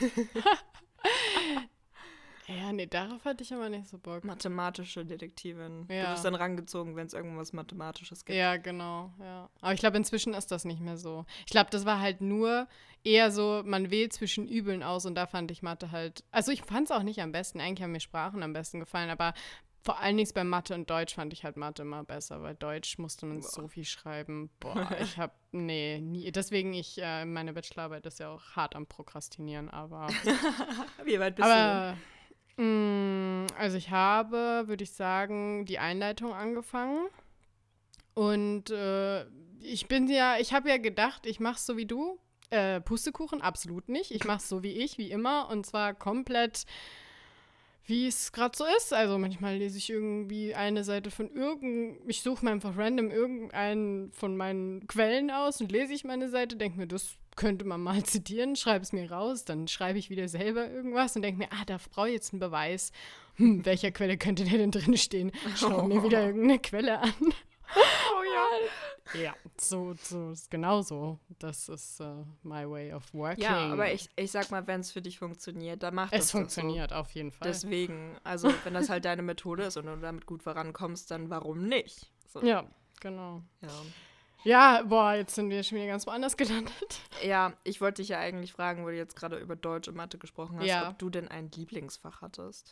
Ja, nee, darauf hatte ich aber nicht so Bock. Mathematische Detektivin. Ja. Du wirst dann rangezogen, wenn es irgendwas Mathematisches gibt. Ja, genau, ja. Aber ich glaube, inzwischen ist das nicht mehr so. Ich glaube, das war halt nur eher so, man wählt zwischen Übeln aus und da fand ich Mathe halt, also ich fand es auch nicht am besten, eigentlich haben mir Sprachen am besten gefallen, aber vor allen Dingen bei Mathe und Deutsch fand ich halt Mathe immer besser, weil Deutsch musste man so viel schreiben. Boah, nie. Deswegen meine Bachelorarbeit ist ja auch hart am Prokrastinieren, aber Wie weit bist du also ich habe, würde ich sagen, die Einleitung angefangen und ich habe ja gedacht, ich mache es so wie du. Pustekuchen, absolut nicht. Ich mache es so wie immer und zwar komplett, wie es gerade so ist. Also manchmal lese ich irgendwie eine Seite ich suche mir einfach random irgendeinen von meinen Quellen aus und lese ich meine Seite, denke mir, das könnte man mal zitieren, schreibe es mir raus, dann schreibe ich wieder selber irgendwas und denke mir, da brauche ich jetzt einen Beweis. Welcher Quelle könnte der denn drin stehen? Schau mir wieder irgendeine Quelle an. Oh ja. Ja, so ist genauso. Das ist my way of working. Ja, aber ich sag mal, wenn es für dich funktioniert, dann macht das. Es funktioniert auf jeden Fall. Deswegen, also wenn das halt deine Methode ist und du damit gut vorankommst, dann warum nicht? So. Ja, genau. Ja. Ja, boah, jetzt sind wir schon wieder ganz woanders gelandet. Ja, ich wollte dich ja eigentlich fragen, wo du jetzt gerade über Deutsch und Mathe gesprochen hast, ob du denn ein Lieblingsfach hattest.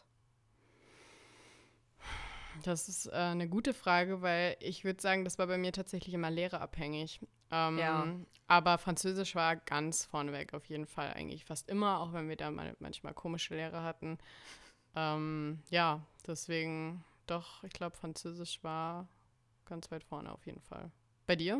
Das ist eine gute Frage, weil ich würde sagen, das war bei mir tatsächlich immer lehrerabhängig. Aber Französisch war ganz vorneweg auf jeden Fall eigentlich fast immer, auch wenn wir da manchmal komische Lehrer hatten. Ja, deswegen doch, ich glaube, Französisch war ganz weit vorne auf jeden Fall. Bei dir?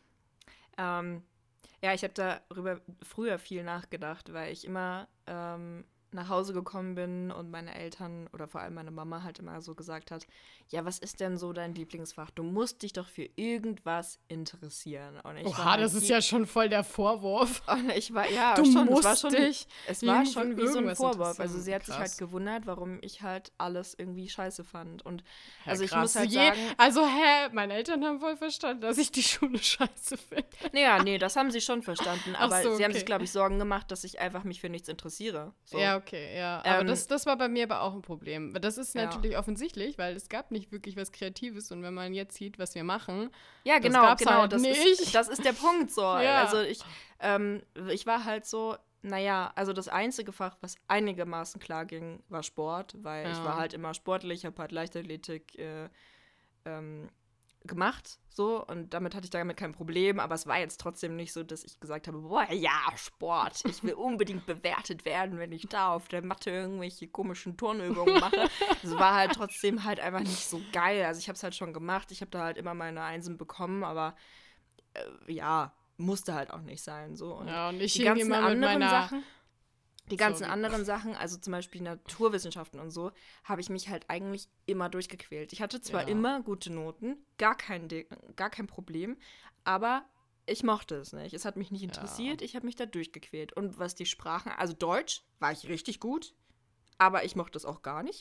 Ja, ich habe darüber früher viel nachgedacht, weil ich immer nach Hause gekommen bin und meine Eltern oder vor allem meine Mama halt immer so gesagt hat, ja, was ist denn so dein Lieblingsfach? Du musst dich doch für irgendwas interessieren. Und das ist ja schon voll der Vorwurf. Und ich war, ja, du schon, musst es war schon wie so ein Vorwurf. interessieren. Also sie hat sich Krass. halt gewundert, warum ich halt alles irgendwie scheiße fand. Und Ja, also ich krass. muss halt sagen, Also, meine Eltern haben voll verstanden, dass ich die Schule scheiße finde. nee, das haben sie schon verstanden. Aber so, sie haben okay. sich, glaube ich, Sorgen gemacht, dass ich einfach mich für nichts interessiere. So. Ja, okay, ja. Aber das war bei mir aber auch ein Problem. Das ist Ja. natürlich offensichtlich, weil es gab nicht wirklich was Kreatives und wenn man jetzt sieht, was wir machen, Ja, das genau, gab's genau. halt Das nicht. ist der Punkt so. Ja. Also ich war halt so, naja, also das einzige Fach, was einigermaßen klar ging, war Sport, weil ich war halt immer sportlich, habe halt Leichtathletik gemacht, so, und damit hatte ich kein Problem, aber es war jetzt trotzdem nicht so, dass ich gesagt habe, boah, ja, Sport, ich will unbedingt bewertet werden, wenn ich da auf der Matte irgendwelche komischen Turnübungen mache. Es war halt trotzdem halt einfach nicht so geil, also ich habe es halt schon gemacht, ich habe da halt immer meine Einsen bekommen, aber ja, musste halt auch nicht sein. So. Und und ich die hing ganzen immer mit anderen meiner... Sachen, Sorry. anderen Sachen, also zum Beispiel Naturwissenschaften und so, habe ich mich halt eigentlich immer durchgequält. Ich hatte zwar Ja. immer gute Noten, gar kein Problem, aber ich mochte es nicht. Es hat mich nicht interessiert, ich habe mich da durchgequält. Und was die Sprachen, also Deutsch war ich richtig gut, aber ich mochte es auch gar nicht.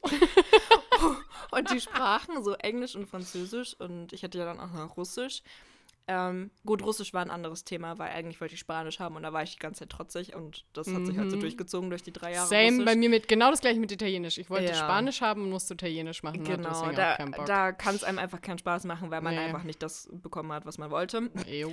Und die Sprachen, so Englisch und Französisch, und ich hatte ja dann auch noch Russisch. Gut, Russisch war ein anderes Thema, weil eigentlich wollte ich Spanisch haben und da war ich die ganze Zeit trotzig und das hat sich halt so durchgezogen durch die 3 Jahre Same Russisch. bei mir mit, genau das gleiche mit Italienisch. Ich wollte Ja. Spanisch haben und musste Italienisch machen. Hatte Genau, deswegen auch keinen Bock. da kann es einem einfach keinen Spaß machen, weil man Nee. einfach nicht das bekommen hat, was man wollte. Jo.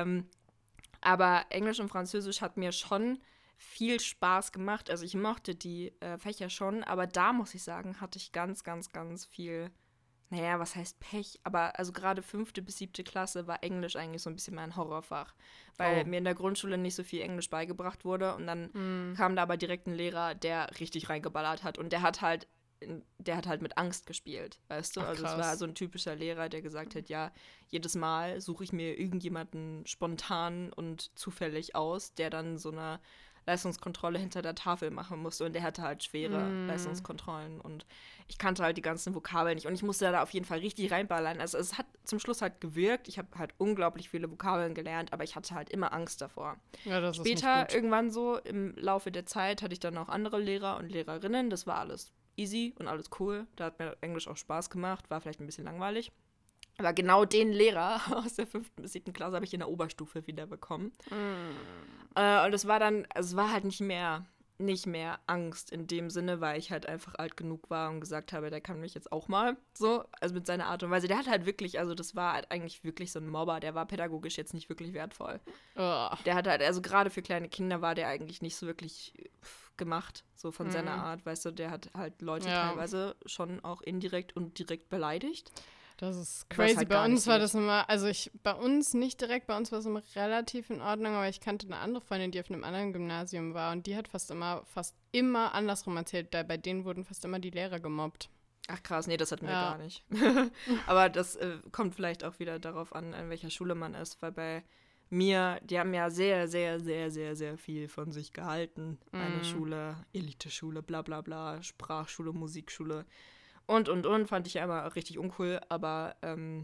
Aber Englisch und Französisch hat mir schon viel Spaß gemacht. Also ich mochte die Fächer schon, aber da muss ich sagen, hatte ich ganz, ganz, ganz viel, naja, was heißt Pech? Aber also gerade 5. bis 7. Klasse war Englisch eigentlich so ein bisschen mein Horrorfach, weil mir in der Grundschule nicht so viel Englisch beigebracht wurde und dann kam da aber direkt ein Lehrer, der richtig reingeballert hat und der hat halt mit Angst gespielt, weißt du? Ach, Also es krass. war so ein typischer Lehrer, der gesagt hat, ja, jedes Mal suche ich mir irgendjemanden spontan und zufällig aus, der dann so eine Leistungskontrolle hinter der Tafel machen musste und der hatte halt schwere Leistungskontrollen und ich kannte halt die ganzen Vokabeln nicht und ich musste da auf jeden Fall richtig reinballern. Also es hat zum Schluss halt gewirkt, ich habe halt unglaublich viele Vokabeln gelernt, aber ich hatte halt immer Angst davor. Ja, das ist Später, nicht gut. irgendwann so im Laufe der Zeit, hatte ich dann auch andere Lehrer und Lehrerinnen, das war alles easy und alles cool, da hat mir Englisch auch Spaß gemacht, war vielleicht ein bisschen langweilig. Aber genau den Lehrer aus der 5. bis 7. Klasse habe ich in der Oberstufe wieder bekommen. Und es war dann, also es war halt nicht mehr Angst in dem Sinne, weil ich halt einfach alt genug war und gesagt habe, der kann mich jetzt auch mal so, also mit seiner Art und Weise. Der hat halt wirklich, also das war halt eigentlich wirklich so ein Mobber, der war pädagogisch jetzt nicht wirklich wertvoll. Oh. Der hat halt, also gerade für kleine Kinder war der eigentlich nicht so wirklich gemacht, so von seiner Art, weißt du, der hat halt Leute teilweise schon auch indirekt und direkt beleidigt. Das ist Was crazy. halt Bei gar uns nicht war geht. das immer, also bei uns nicht direkt, bei uns war es immer relativ in Ordnung, aber ich kannte eine andere Freundin, die auf einem anderen Gymnasium war und die hat fast immer andersrum erzählt, bei denen wurden fast immer die Lehrer gemobbt. Ach krass, nee, das hatten wir Ja. gar nicht. Aber das kommt vielleicht auch wieder darauf an welcher Schule man ist, weil bei mir, die haben ja sehr, sehr, sehr, sehr, sehr viel von sich gehalten. Eine Schule, Eliteschule, bla bla bla, Sprachschule, Musikschule und, fand ich ja immer richtig uncool, aber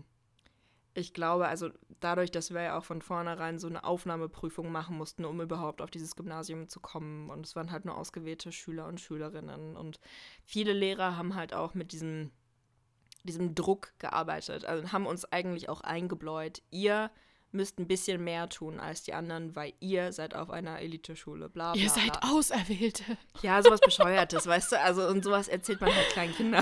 ich glaube, also dadurch, dass wir ja auch von vornherein so eine Aufnahmeprüfung machen mussten, um überhaupt auf dieses Gymnasium zu kommen und es waren halt nur ausgewählte Schüler und Schülerinnen und viele Lehrer haben halt auch mit diesem Druck gearbeitet, also haben uns eigentlich auch eingebläut, ihr müsst ein bisschen mehr tun als die anderen, weil ihr seid auf einer Eliteschule, bla bla Ihr seid bla. Auserwählte. Ja, sowas Bescheuertes, weißt du, also und sowas erzählt man halt kleinen Kindern.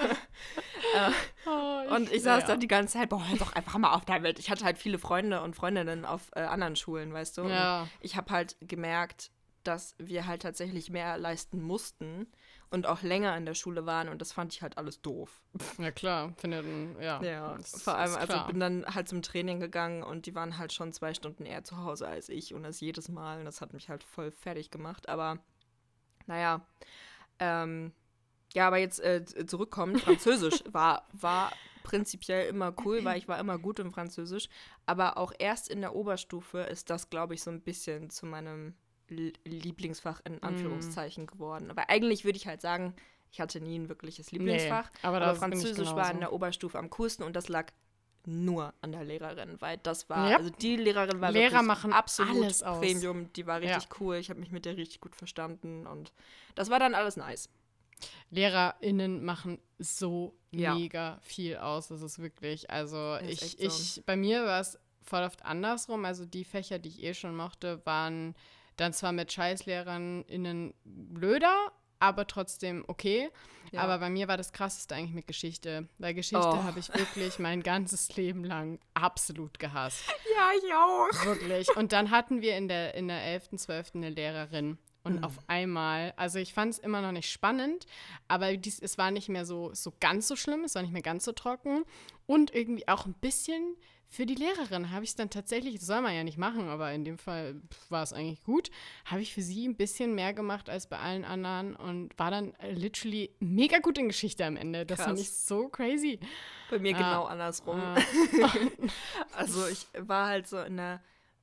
Und ich saß dann die ganze Zeit, boah, hör doch einfach mal auf damit. Ich hatte halt viele Freunde und Freundinnen auf anderen Schulen, weißt du. Ja. Und ich habe halt gemerkt, dass wir halt tatsächlich mehr leisten mussten und auch länger in der Schule waren und das fand ich halt alles doof. Ja, klar. Ja, das vor allem, ist also klar. bin dann halt zum Training gegangen und die waren halt schon 2 Stunden eher zu Hause als ich und das jedes Mal und das hat mich halt voll fertig gemacht, aber naja, ja, aber jetzt zurückkommen, Französisch war prinzipiell immer cool, weil ich war immer gut im Französisch, aber auch erst in der Oberstufe ist das, glaube ich, so ein bisschen zu meinem Lieblingsfach in Anführungszeichen geworden. Aber eigentlich würde ich halt sagen, ich hatte nie ein wirkliches Lieblingsfach, aber aber das bin ich Französisch war genauso. in der Oberstufe am coolsten und das lag nur an der Lehrerin, weil das war, Ja. also die Lehrerin war Lehrer wirklich machen absolut alles aus. Premium, die war richtig cool, ich habe mich mit der richtig gut verstanden und das war dann alles nice. LehrerInnen machen so Ja. mega viel aus. Das ist wirklich, also Ist echt so. bei mir war es voll oft andersrum. Also die Fächer, die ich schon mochte, waren dann zwar mit ScheißlehrerInnen blöder, aber trotzdem okay. Ja. Aber bei mir war das Krasseste eigentlich mit Geschichte. Weil Geschichte habe ich wirklich mein ganzes Leben lang absolut gehasst. Ja, ich auch. Wirklich. Und dann hatten wir in der 11., 12. eine Lehrerin. Und auf einmal, also ich fand es immer noch nicht spannend, aber es war nicht mehr so ganz so schlimm, es war nicht mehr ganz so trocken. Und irgendwie auch ein bisschen für die Lehrerin habe ich es dann tatsächlich, das soll man ja nicht machen, aber in dem Fall war es eigentlich gut, habe ich für sie ein bisschen mehr gemacht als bei allen anderen und war dann literally mega gut in Geschichte am Ende. Das fand Krass. ich so crazy. Bei mir Ja. genau andersrum. Also ich war halt so in der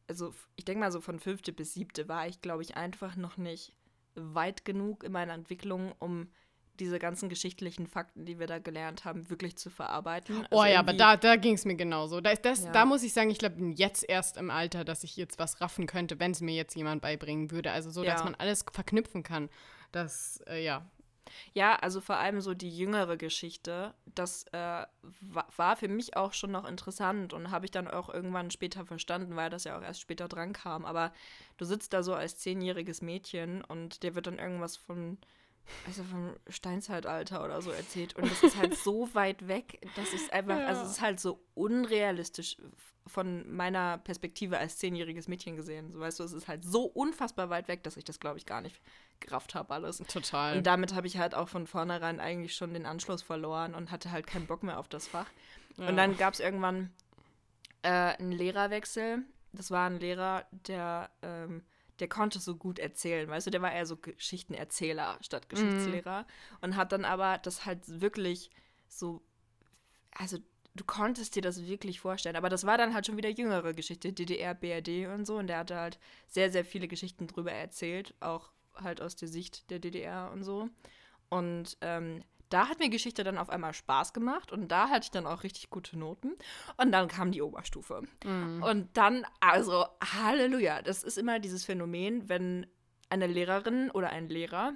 also ich denke mal so von 5. bis 7. war ich, glaube ich, einfach noch nicht weit genug in meiner Entwicklung, um diese ganzen geschichtlichen Fakten, die wir da gelernt haben, wirklich zu verarbeiten. Oh ja, aber da ging es mir genauso. Da muss ich sagen, ich glaube, jetzt erst im Alter, dass ich jetzt was raffen könnte, wenn es mir jetzt jemand beibringen würde. Also so, dass man alles verknüpfen kann. Das, Ja, also vor allem so die jüngere Geschichte, das war für mich auch schon noch interessant und habe ich dann auch irgendwann später verstanden, weil das ja auch erst später dran kam. Aber du sitzt da so als 10-jähriges Mädchen und dir wird dann irgendwas vom Steinzeitalter oder so erzählt und das ist halt so weit weg, dass es einfach, also es ist halt so unrealistisch von meiner Perspektive als 10-jähriges Mädchen gesehen. So, weißt du, es ist halt so unfassbar weit weg, dass ich das, glaube ich, gar nicht gerafft habe alles. Total. Und damit habe ich halt auch von vornherein eigentlich schon den Anschluss verloren und hatte halt keinen Bock mehr auf das Fach. Ja. Und dann gab es irgendwann einen Lehrerwechsel. Das war ein Lehrer, der konnte so gut erzählen, weißt du, der war eher so Geschichtenerzähler statt Geschichtslehrer und hat dann aber das halt wirklich so, also du konntest dir das wirklich vorstellen, aber das war dann halt schon wieder jüngere Geschichte, DDR, BRD und so und der hatte halt sehr, sehr viele Geschichten drüber erzählt, auch halt aus der Sicht der DDR und so und da hat mir Geschichte dann auf einmal Spaß gemacht und da hatte ich dann auch richtig gute Noten. Und dann kam die Oberstufe. Und dann, also Halleluja, das ist immer dieses Phänomen, wenn eine Lehrerin oder ein Lehrer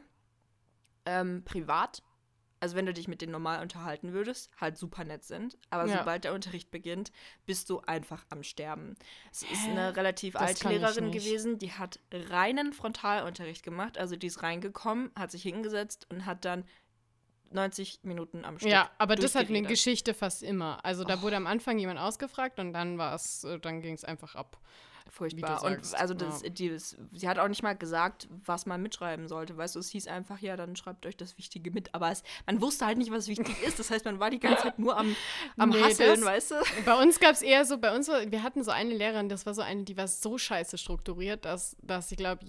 privat, also wenn du dich mit denen normal unterhalten würdest, halt super nett sind. Aber sobald der Unterricht beginnt, bist du einfach am Sterben. Es ist eine relativ alte Lehrerin gewesen, die hat reinen Frontalunterricht gemacht. Also die ist reingekommen, hat sich hingesetzt und hat dann 90 Minuten am Stück. Ja, aber das hat eine Geschichte fast immer. Also da wurde am Anfang jemand ausgefragt und dann ging es einfach ab. Furchtbar. Und also sie hat auch nicht mal gesagt, was man mitschreiben sollte. Weißt du, es hieß einfach, ja, dann schreibt euch das Wichtige mit. Aber man wusste halt nicht, was wichtig ist. Das heißt, man war die ganze Zeit nur am Hasseln, weißt du? Bei uns gab es eher so, wir hatten so eine Lehrerin, das war so eine, die war so scheiße strukturiert, dass ich glaube,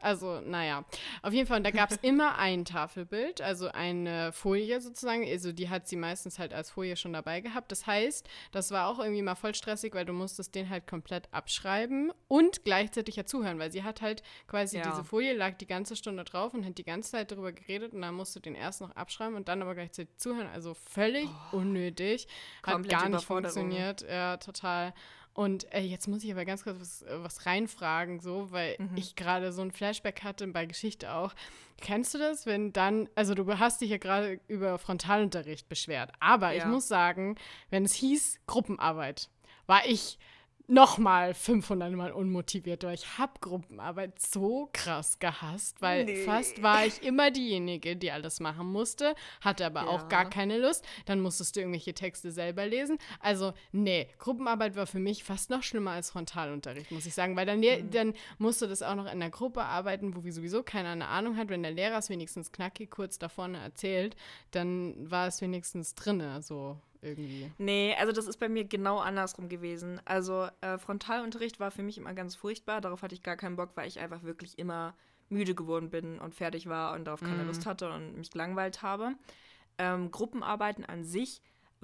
auf jeden Fall, und da gab es immer ein Tafelbild, also eine Folie sozusagen, also die hat sie meistens halt als Folie schon dabei gehabt. Das heißt, das war auch irgendwie mal voll stressig, weil du musstest den halt komplett abschreiben und gleichzeitig ja zuhören, weil sie hat halt quasi diese Folie lag die ganze Stunde drauf und hat die ganze Zeit darüber geredet und dann musst du den erst noch abschreiben und dann aber gleichzeitig zuhören, also völlig unnötig, hat gar nicht funktioniert, ja, total. Und jetzt muss ich aber ganz kurz was reinfragen, so, weil ich gerade so ein Flashback hatte bei Geschichte auch. Kennst du das, wenn dann, also du hast dich ja gerade über Frontalunterricht beschwert, aber ich muss sagen, wenn es hieß Gruppenarbeit, war ich nochmal 500 Mal unmotiviert, weil ich habe Gruppenarbeit so krass gehasst, weil fast war ich immer diejenige, die alles machen musste, hatte aber auch gar keine Lust. Dann musstest du irgendwelche Texte selber lesen. Also Gruppenarbeit war für mich fast noch schlimmer als Frontalunterricht, muss ich sagen, weil dann musst du das auch noch in der Gruppe arbeiten, wo sowieso keiner eine Ahnung hat. Wenn der Lehrer es wenigstens knackig kurz da vorne erzählt, dann war es wenigstens drinne, so irgendwie. Nee, also das ist bei mir genau andersrum gewesen. Also Frontalunterricht war für mich immer ganz furchtbar. Darauf hatte ich gar keinen Bock, weil ich einfach wirklich immer müde geworden bin und fertig war und darauf keine Lust hatte und mich gelangweilt habe. Gruppenarbeiten an sich,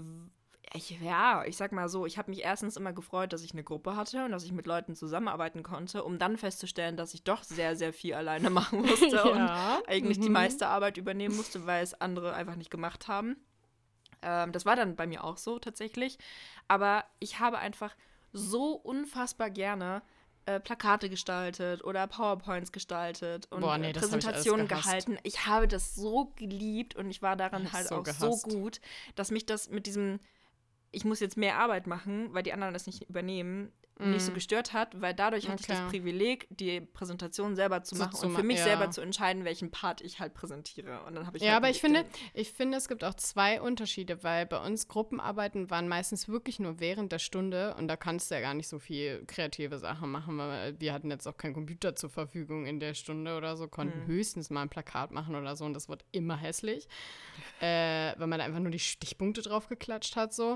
ich sag mal so, ich habe mich erstens immer gefreut, dass ich eine Gruppe hatte und dass ich mit Leuten zusammenarbeiten konnte, um dann festzustellen, dass ich doch sehr, sehr viel alleine machen musste und eigentlich die meiste Arbeit übernehmen musste, weil es andere einfach nicht gemacht haben. Das war dann bei mir auch so tatsächlich. Aber ich habe einfach so unfassbar gerne Plakate gestaltet oder PowerPoints gestaltet und Präsentationen gehalten. Ich habe das so geliebt und ich war daran halt auch so gut, dass mich das mit diesem, ich muss jetzt mehr Arbeit machen, weil die anderen das nicht übernehmen, nicht so gestört hat, weil dadurch hatte ich das Privileg, die Präsentation selber zu machen und für mich selber zu entscheiden, welchen Part ich halt präsentiere. Und dann habe ich aber ich finde, es gibt auch zwei Unterschiede, weil bei uns Gruppenarbeiten waren meistens wirklich nur während der Stunde und da kannst du ja gar nicht so viel kreative Sachen machen, weil wir hatten jetzt auch keinen Computer zur Verfügung in der Stunde oder so, konnten höchstens mal ein Plakat machen oder so und das wird immer hässlich, weil man da einfach nur die Stichpunkte drauf geklatscht hat so.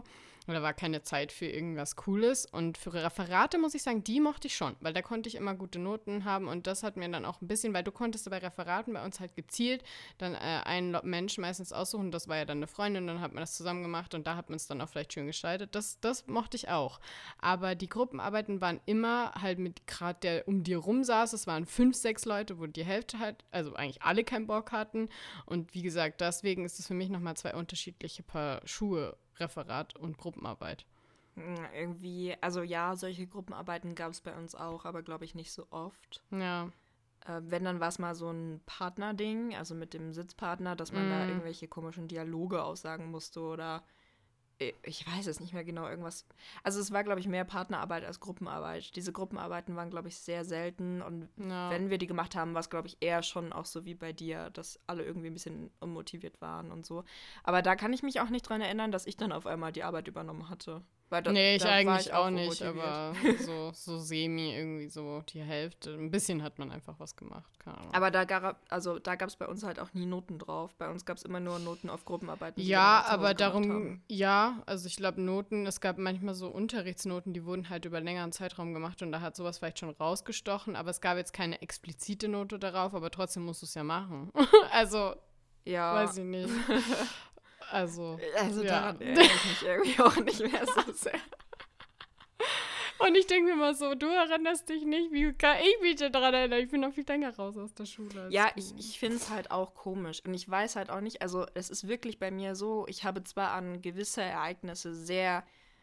oder war keine Zeit für irgendwas Cooles. Und für Referate muss ich sagen, die mochte ich schon, weil da konnte ich immer gute Noten haben und das hat mir dann auch ein bisschen, weil du konntest bei Referaten bei uns halt gezielt dann einen Menschen meistens aussuchen, das war ja dann eine Freundin, dann hat man das zusammen gemacht und da hat man es dann auch vielleicht schön gestaltet. Das mochte ich auch. Aber die Gruppenarbeiten waren immer halt mit gerade der um dir rum saß, es waren 5, 6 Leute, wo die Hälfte halt, also eigentlich alle keinen Bock hatten und wie gesagt, deswegen ist es für mich nochmal 2 unterschiedliche Paar Schuhe, Referat und Gruppenarbeit. Irgendwie, also ja, solche Gruppenarbeiten gab es bei uns auch, aber glaube ich nicht so oft. Ja. Wenn, dann war es mal so ein Partnerding, also mit dem Sitzpartner, dass man da irgendwelche komischen Dialoge aussagen musste oder ich weiß es nicht mehr genau, irgendwas. Also es war, glaube ich, mehr Partnerarbeit als Gruppenarbeit. Diese Gruppenarbeiten waren, glaube ich, sehr selten und wenn wir die gemacht haben, war es, glaube ich, eher schon auch so wie bei dir, dass alle irgendwie ein bisschen unmotiviert waren und so. Aber da kann ich mich auch nicht dran erinnern, dass ich dann auf einmal die Arbeit übernommen hatte. Weil Nee, ich da war eigentlich ich auch nicht, unmotiviert. aber so semi irgendwie so die Hälfte. Ein bisschen hat man einfach was gemacht, keine Ahnung. Aber da gab es bei uns halt auch nie Noten drauf. Bei uns gab es immer nur Noten auf Gruppenarbeiten. Die wir Ja, dann zu Hause aber gemacht darum, haben. ja, also ich glaube Noten, es gab manchmal so Unterrichtsnoten, die wurden halt über längeren Zeitraum gemacht und da hat sowas vielleicht schon rausgestochen, aber es gab jetzt keine explizite Note darauf, aber trotzdem musst du es ja machen. Also, Ja. weiß ich nicht. Also ja. daran erinnere ich mich irgendwie auch nicht mehr so sehr. Und ich denke mir mal so, du erinnerst dich nicht, wie kann ich mich denn daran erinnern? Ich bin noch viel länger raus aus der Schule. als Ja, du. ich finde es halt auch komisch. Und ich weiß halt auch nicht, also es ist wirklich bei mir so, ich habe zwar an gewisse Ereignisse sehr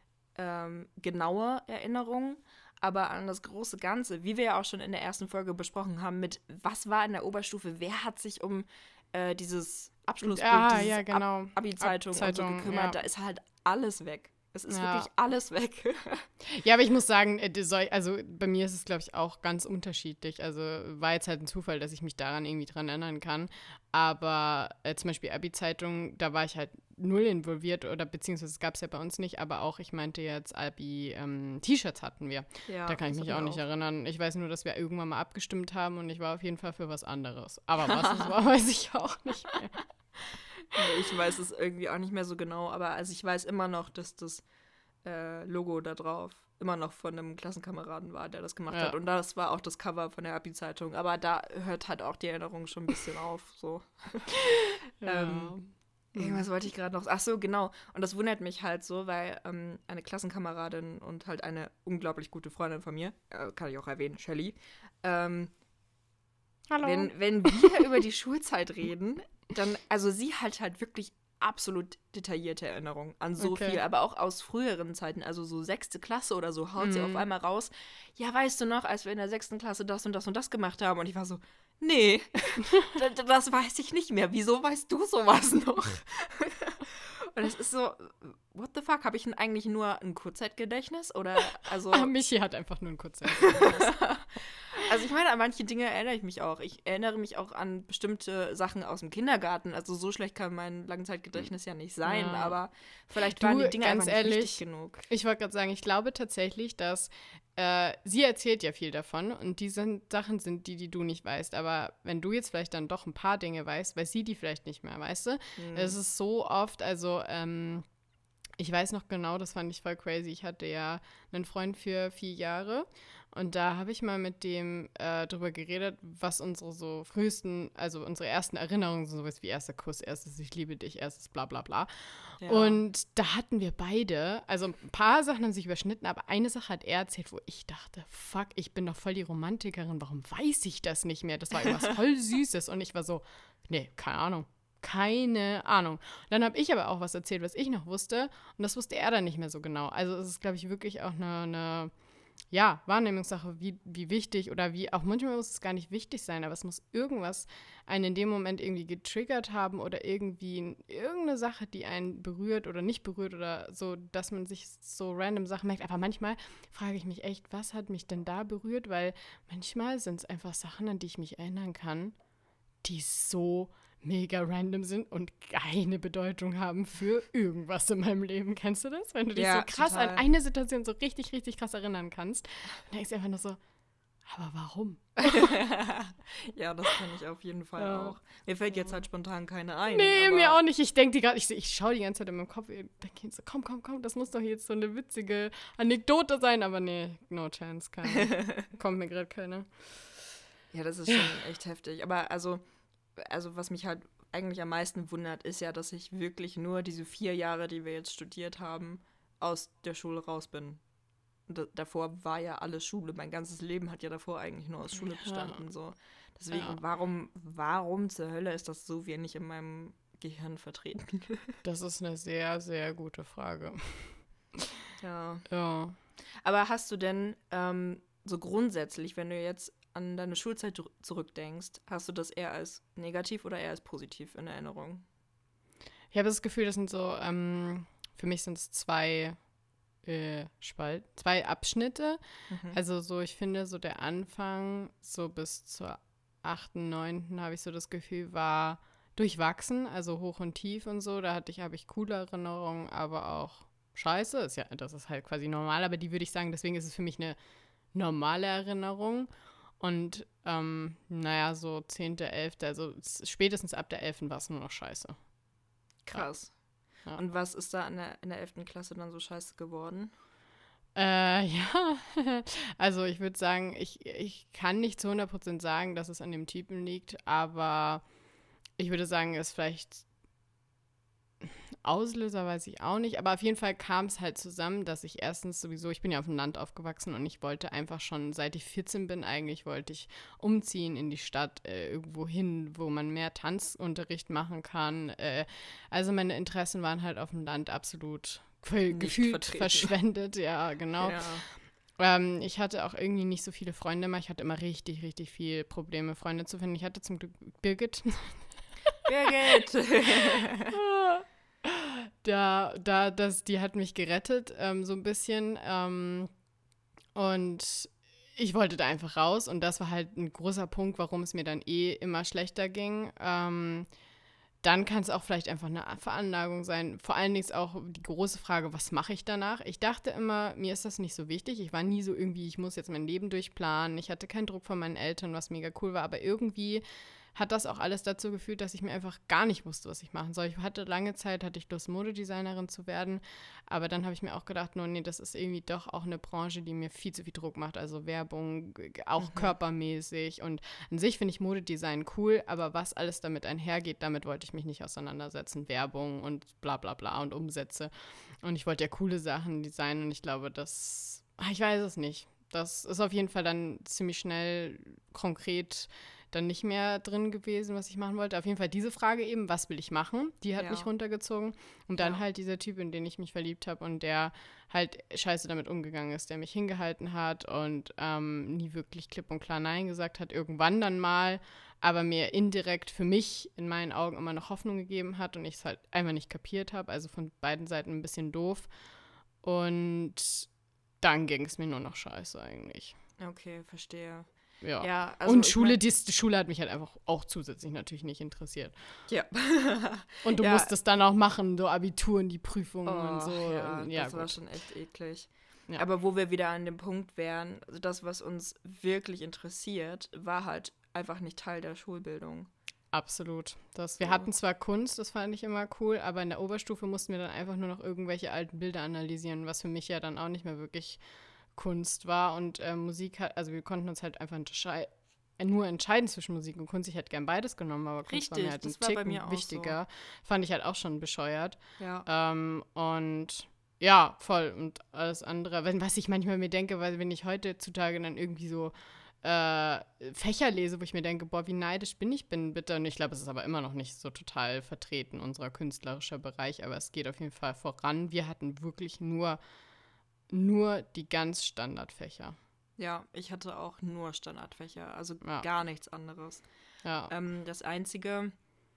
genaue Erinnerungen, aber an das große Ganze, wie wir ja auch schon in der ersten Folge besprochen haben, mit was war in der Oberstufe, wer hat sich um dieses Abschlussbild, dieses ja, genau. Abi-Zeitung und so Abzeitung, gekümmert, ja. da ist halt alles weg. Es ist Ja. wirklich alles weg. Ja, aber ich muss sagen, also bei mir ist es, glaube ich, auch ganz unterschiedlich. Also war jetzt halt ein Zufall, dass ich mich daran irgendwie dran erinnern kann. Aber zum Beispiel Abi-Zeitung, da war ich halt null involviert oder beziehungsweise es gab es ja bei uns nicht, aber auch, ich meinte jetzt, Abi-T-Shirts hatten wir. Ja, Da kann ich das mich hab auch ich nicht erinnern. Ich weiß nur, dass wir irgendwann mal abgestimmt haben und ich war auf jeden Fall für was anderes. Aber was es war, weiß ich auch nicht mehr. Nee, ich weiß es irgendwie auch nicht mehr so genau, aber also ich weiß immer noch, dass das Logo da drauf immer noch von einem Klassenkameraden war, der das gemacht Ja. hat. Und das war auch das Cover von der Abi-Zeitung. Aber da hört halt auch die Erinnerung schon ein bisschen auf. So. Irgendwas wollte ich gerade noch. Ach so, genau. Und das wundert mich halt so, weil eine Klassenkameradin und halt eine unglaublich gute Freundin von mir, kann ich auch erwähnen, Shelley, Hallo. wenn wir über die Schulzeit reden, dann, also sie hat halt wirklich absolut detaillierte Erinnerungen an so Okay. viel, aber auch aus früheren Zeiten, also so 6. Klasse oder so, haut sie auf einmal raus, ja, weißt du noch, als wir in der 6. Klasse das und das und das gemacht haben und ich war so, nee, das weiß ich nicht mehr, wieso weißt du sowas noch? Und es ist so, what the fuck, habe ich denn eigentlich nur ein Kurzzeitgedächtnis oder, also... Michi hat einfach nur ein kurzes. Also ich meine, an manche Dinge erinnere ich mich auch. Ich erinnere mich auch an bestimmte Sachen aus dem Kindergarten. Also so schlecht kann mein Langzeitgedächtnis ja nicht sein, Ja. aber vielleicht Du, waren die Dinge ganz einfach nicht ehrlich, wichtig genug. Ich wollte gerade sagen, ich glaube tatsächlich, dass sie erzählt ja viel davon und diese Sachen sind die du nicht weißt. Aber wenn du jetzt vielleicht dann doch ein paar Dinge weißt, weiß sie die vielleicht nicht mehr, weißt du? Es ist so oft, also ich weiß noch genau, das fand ich voll crazy. Ich hatte ja einen Freund für 4 Jahre und da habe ich mal mit dem drüber geredet, was unsere so frühesten, also unsere ersten Erinnerungen sind, sowas wie erster Kuss, erstes Ich liebe dich, erstes bla bla bla. Ja. Und da hatten wir beide, also ein paar Sachen haben sich überschnitten, aber eine Sache hat er erzählt, wo ich dachte, fuck, ich bin doch voll die Romantikerin, warum weiß ich das nicht mehr? Das war irgendwas voll Süßes und ich war so, nee, keine Ahnung. Keine Ahnung. Dann habe ich aber auch was erzählt, was ich noch wusste. Und das wusste er dann nicht mehr so genau. Also es ist, glaube ich, wirklich auch eine Wahrnehmungssache, wie wichtig oder wie, auch manchmal muss es gar nicht wichtig sein, aber es muss irgendwas einen in dem Moment irgendwie getriggert haben oder irgendwie irgendeine Sache, die einen berührt oder nicht berührt oder so, dass man sich so random Sachen merkt. Aber manchmal frage ich mich echt, was hat mich denn da berührt? Weil manchmal sind es einfach Sachen, an die ich mich erinnern kann, die so mega random sind und keine Bedeutung haben für irgendwas in meinem Leben. Kennst du das? Wenn du dich Ja, so krass total. an eine Situation so richtig, richtig krass erinnern kannst. Und denkst du einfach nur so, Aber warum? Ja, das kann ich auf jeden Fall Ja. auch. Mir fällt jetzt halt spontan keine ein. Nee, aber mir auch nicht. Ich denke die gerade, ich schaue die ganze Zeit in meinem Kopf, denke so, komm, das muss doch jetzt so eine witzige Anekdote sein, aber nee, no chance, keine. Kommt mir gerade keine. Ja, das ist schon echt heftig. Aber also was mich halt eigentlich am meisten wundert, ist ja, dass ich wirklich nur diese 4 Jahre, die wir jetzt studiert haben, aus der Schule raus bin. Davor war ja alles Schule. Mein ganzes Leben hat ja davor eigentlich nur aus Schule bestanden. So. Deswegen, warum zur Hölle ist das so wenig in meinem Gehirn vertreten? Das ist eine sehr, sehr gute Frage. Ja. Ja. Aber hast du denn so grundsätzlich, wenn du jetzt an deine Schulzeit zurückdenkst, hast du das eher als negativ oder eher als positiv in Erinnerung? Ich habe das Gefühl, das sind so, für mich sind es zwei Abschnitte. Also so, ich finde, so der Anfang, so bis zur 8., 9. habe ich so das Gefühl, war durchwachsen, also hoch und tief und so. Da habe ich coole Erinnerungen, aber auch scheiße. Das ist halt quasi normal, aber die würde ich sagen, deswegen ist es für mich eine normale Erinnerung. Und so 10., 11., also spätestens ab der 11. war es nur noch scheiße. Krass. Ja. Und was ist da in der 11. Klasse dann so scheiße geworden? Ja, also ich würde sagen, ich kann nicht zu 100% sagen, dass es an dem Typen liegt, aber ich würde sagen, es vielleicht Auslöser, weiß ich auch nicht, aber auf jeden Fall kam es halt zusammen, dass ich erstens sowieso, ich bin ja auf dem Land aufgewachsen und ich wollte einfach schon, seit ich 14 bin, eigentlich wollte ich umziehen in die Stadt, irgendwo hin, wo man mehr Tanzunterricht machen kann. Also meine Interessen waren halt auf dem Land absolut gefühlt verschwendet, ja, genau. Ja. Ich hatte auch irgendwie nicht so viele Freunde mehr. Ich hatte immer richtig, richtig viel Probleme, Freunde zu finden. Ich hatte zum Glück Birgit. Die hat mich gerettet, so ein bisschen. Und ich wollte da einfach raus. Und das war halt ein großer Punkt, warum es mir dann immer schlechter ging. Dann kann es auch vielleicht einfach eine Veranlagung sein. Vor allen Dingen ist auch die große Frage, was mache ich danach? Ich dachte immer, mir ist das nicht so wichtig. Ich war nie so irgendwie, ich muss jetzt mein Leben durchplanen. Ich hatte keinen Druck von meinen Eltern, was mega cool war. Aber irgendwie hat das auch alles dazu geführt, dass ich mir einfach gar nicht wusste, was ich machen soll. Lange Zeit hatte ich Lust, Modedesignerin zu werden, aber dann habe ich mir auch gedacht, nee, das ist irgendwie doch auch eine Branche, die mir viel zu viel Druck macht, also Werbung, auch körpermäßig, und an sich finde ich Modedesign cool, aber was alles damit einhergeht, damit wollte ich mich nicht auseinandersetzen, Werbung und bla bla bla und Umsätze, und ich wollte ja coole Sachen designen und ich glaube, ich weiß es nicht. Das ist auf jeden Fall dann ziemlich schnell konkret dann nicht mehr drin gewesen, was ich machen wollte. Auf jeden Fall diese Frage eben, was will ich machen? Die hat mich runtergezogen. Und dann halt dieser Typ, in den ich mich verliebt habe und der halt scheiße damit umgegangen ist, der mich hingehalten hat und nie wirklich klipp und klar Nein gesagt hat, irgendwann dann mal, aber mir indirekt für mich in meinen Augen immer noch Hoffnung gegeben hat und ich es halt einfach nicht kapiert habe. Also von beiden Seiten ein bisschen doof. Und dann ging es mir nur noch scheiße eigentlich. Okay, verstehe. Ja, also und die Schule hat mich halt einfach auch zusätzlich natürlich nicht interessiert. Ja. Und du musstest dann auch machen, so Abitur und die Prüfungen und so. Ja, das war schon echt eklig. Ja. Aber wo wir wieder an dem Punkt wären, also das, was uns wirklich interessiert, war halt einfach nicht Teil der Schulbildung. Absolut. Wir hatten zwar Kunst, das fand ich immer cool, aber in der Oberstufe mussten wir dann einfach nur noch irgendwelche alten Bilder analysieren, was für mich ja dann auch nicht mehr wirklich Kunst war, und Musik also wir konnten uns halt einfach nur entscheiden zwischen Musik und Kunst. Ich hätte gern beides genommen, aber Kunst war mir halt ein Ticken wichtiger. So. Fand ich halt auch schon bescheuert. Ja. Und ja, voll. Und alles andere, was ich manchmal mir denke, weil wenn ich heutzutage dann irgendwie so Fächer lese, wo ich mir denke, boah, wie neidisch bin ich bitte. Und ich glaube, es ist aber immer noch nicht so total vertreten, unser künstlerischer Bereich, aber es geht auf jeden Fall voran. Wir hatten wirklich nur die ganz Standardfächer. Ja, ich hatte auch nur Standardfächer, also gar nichts anderes. Ja. Das Einzige,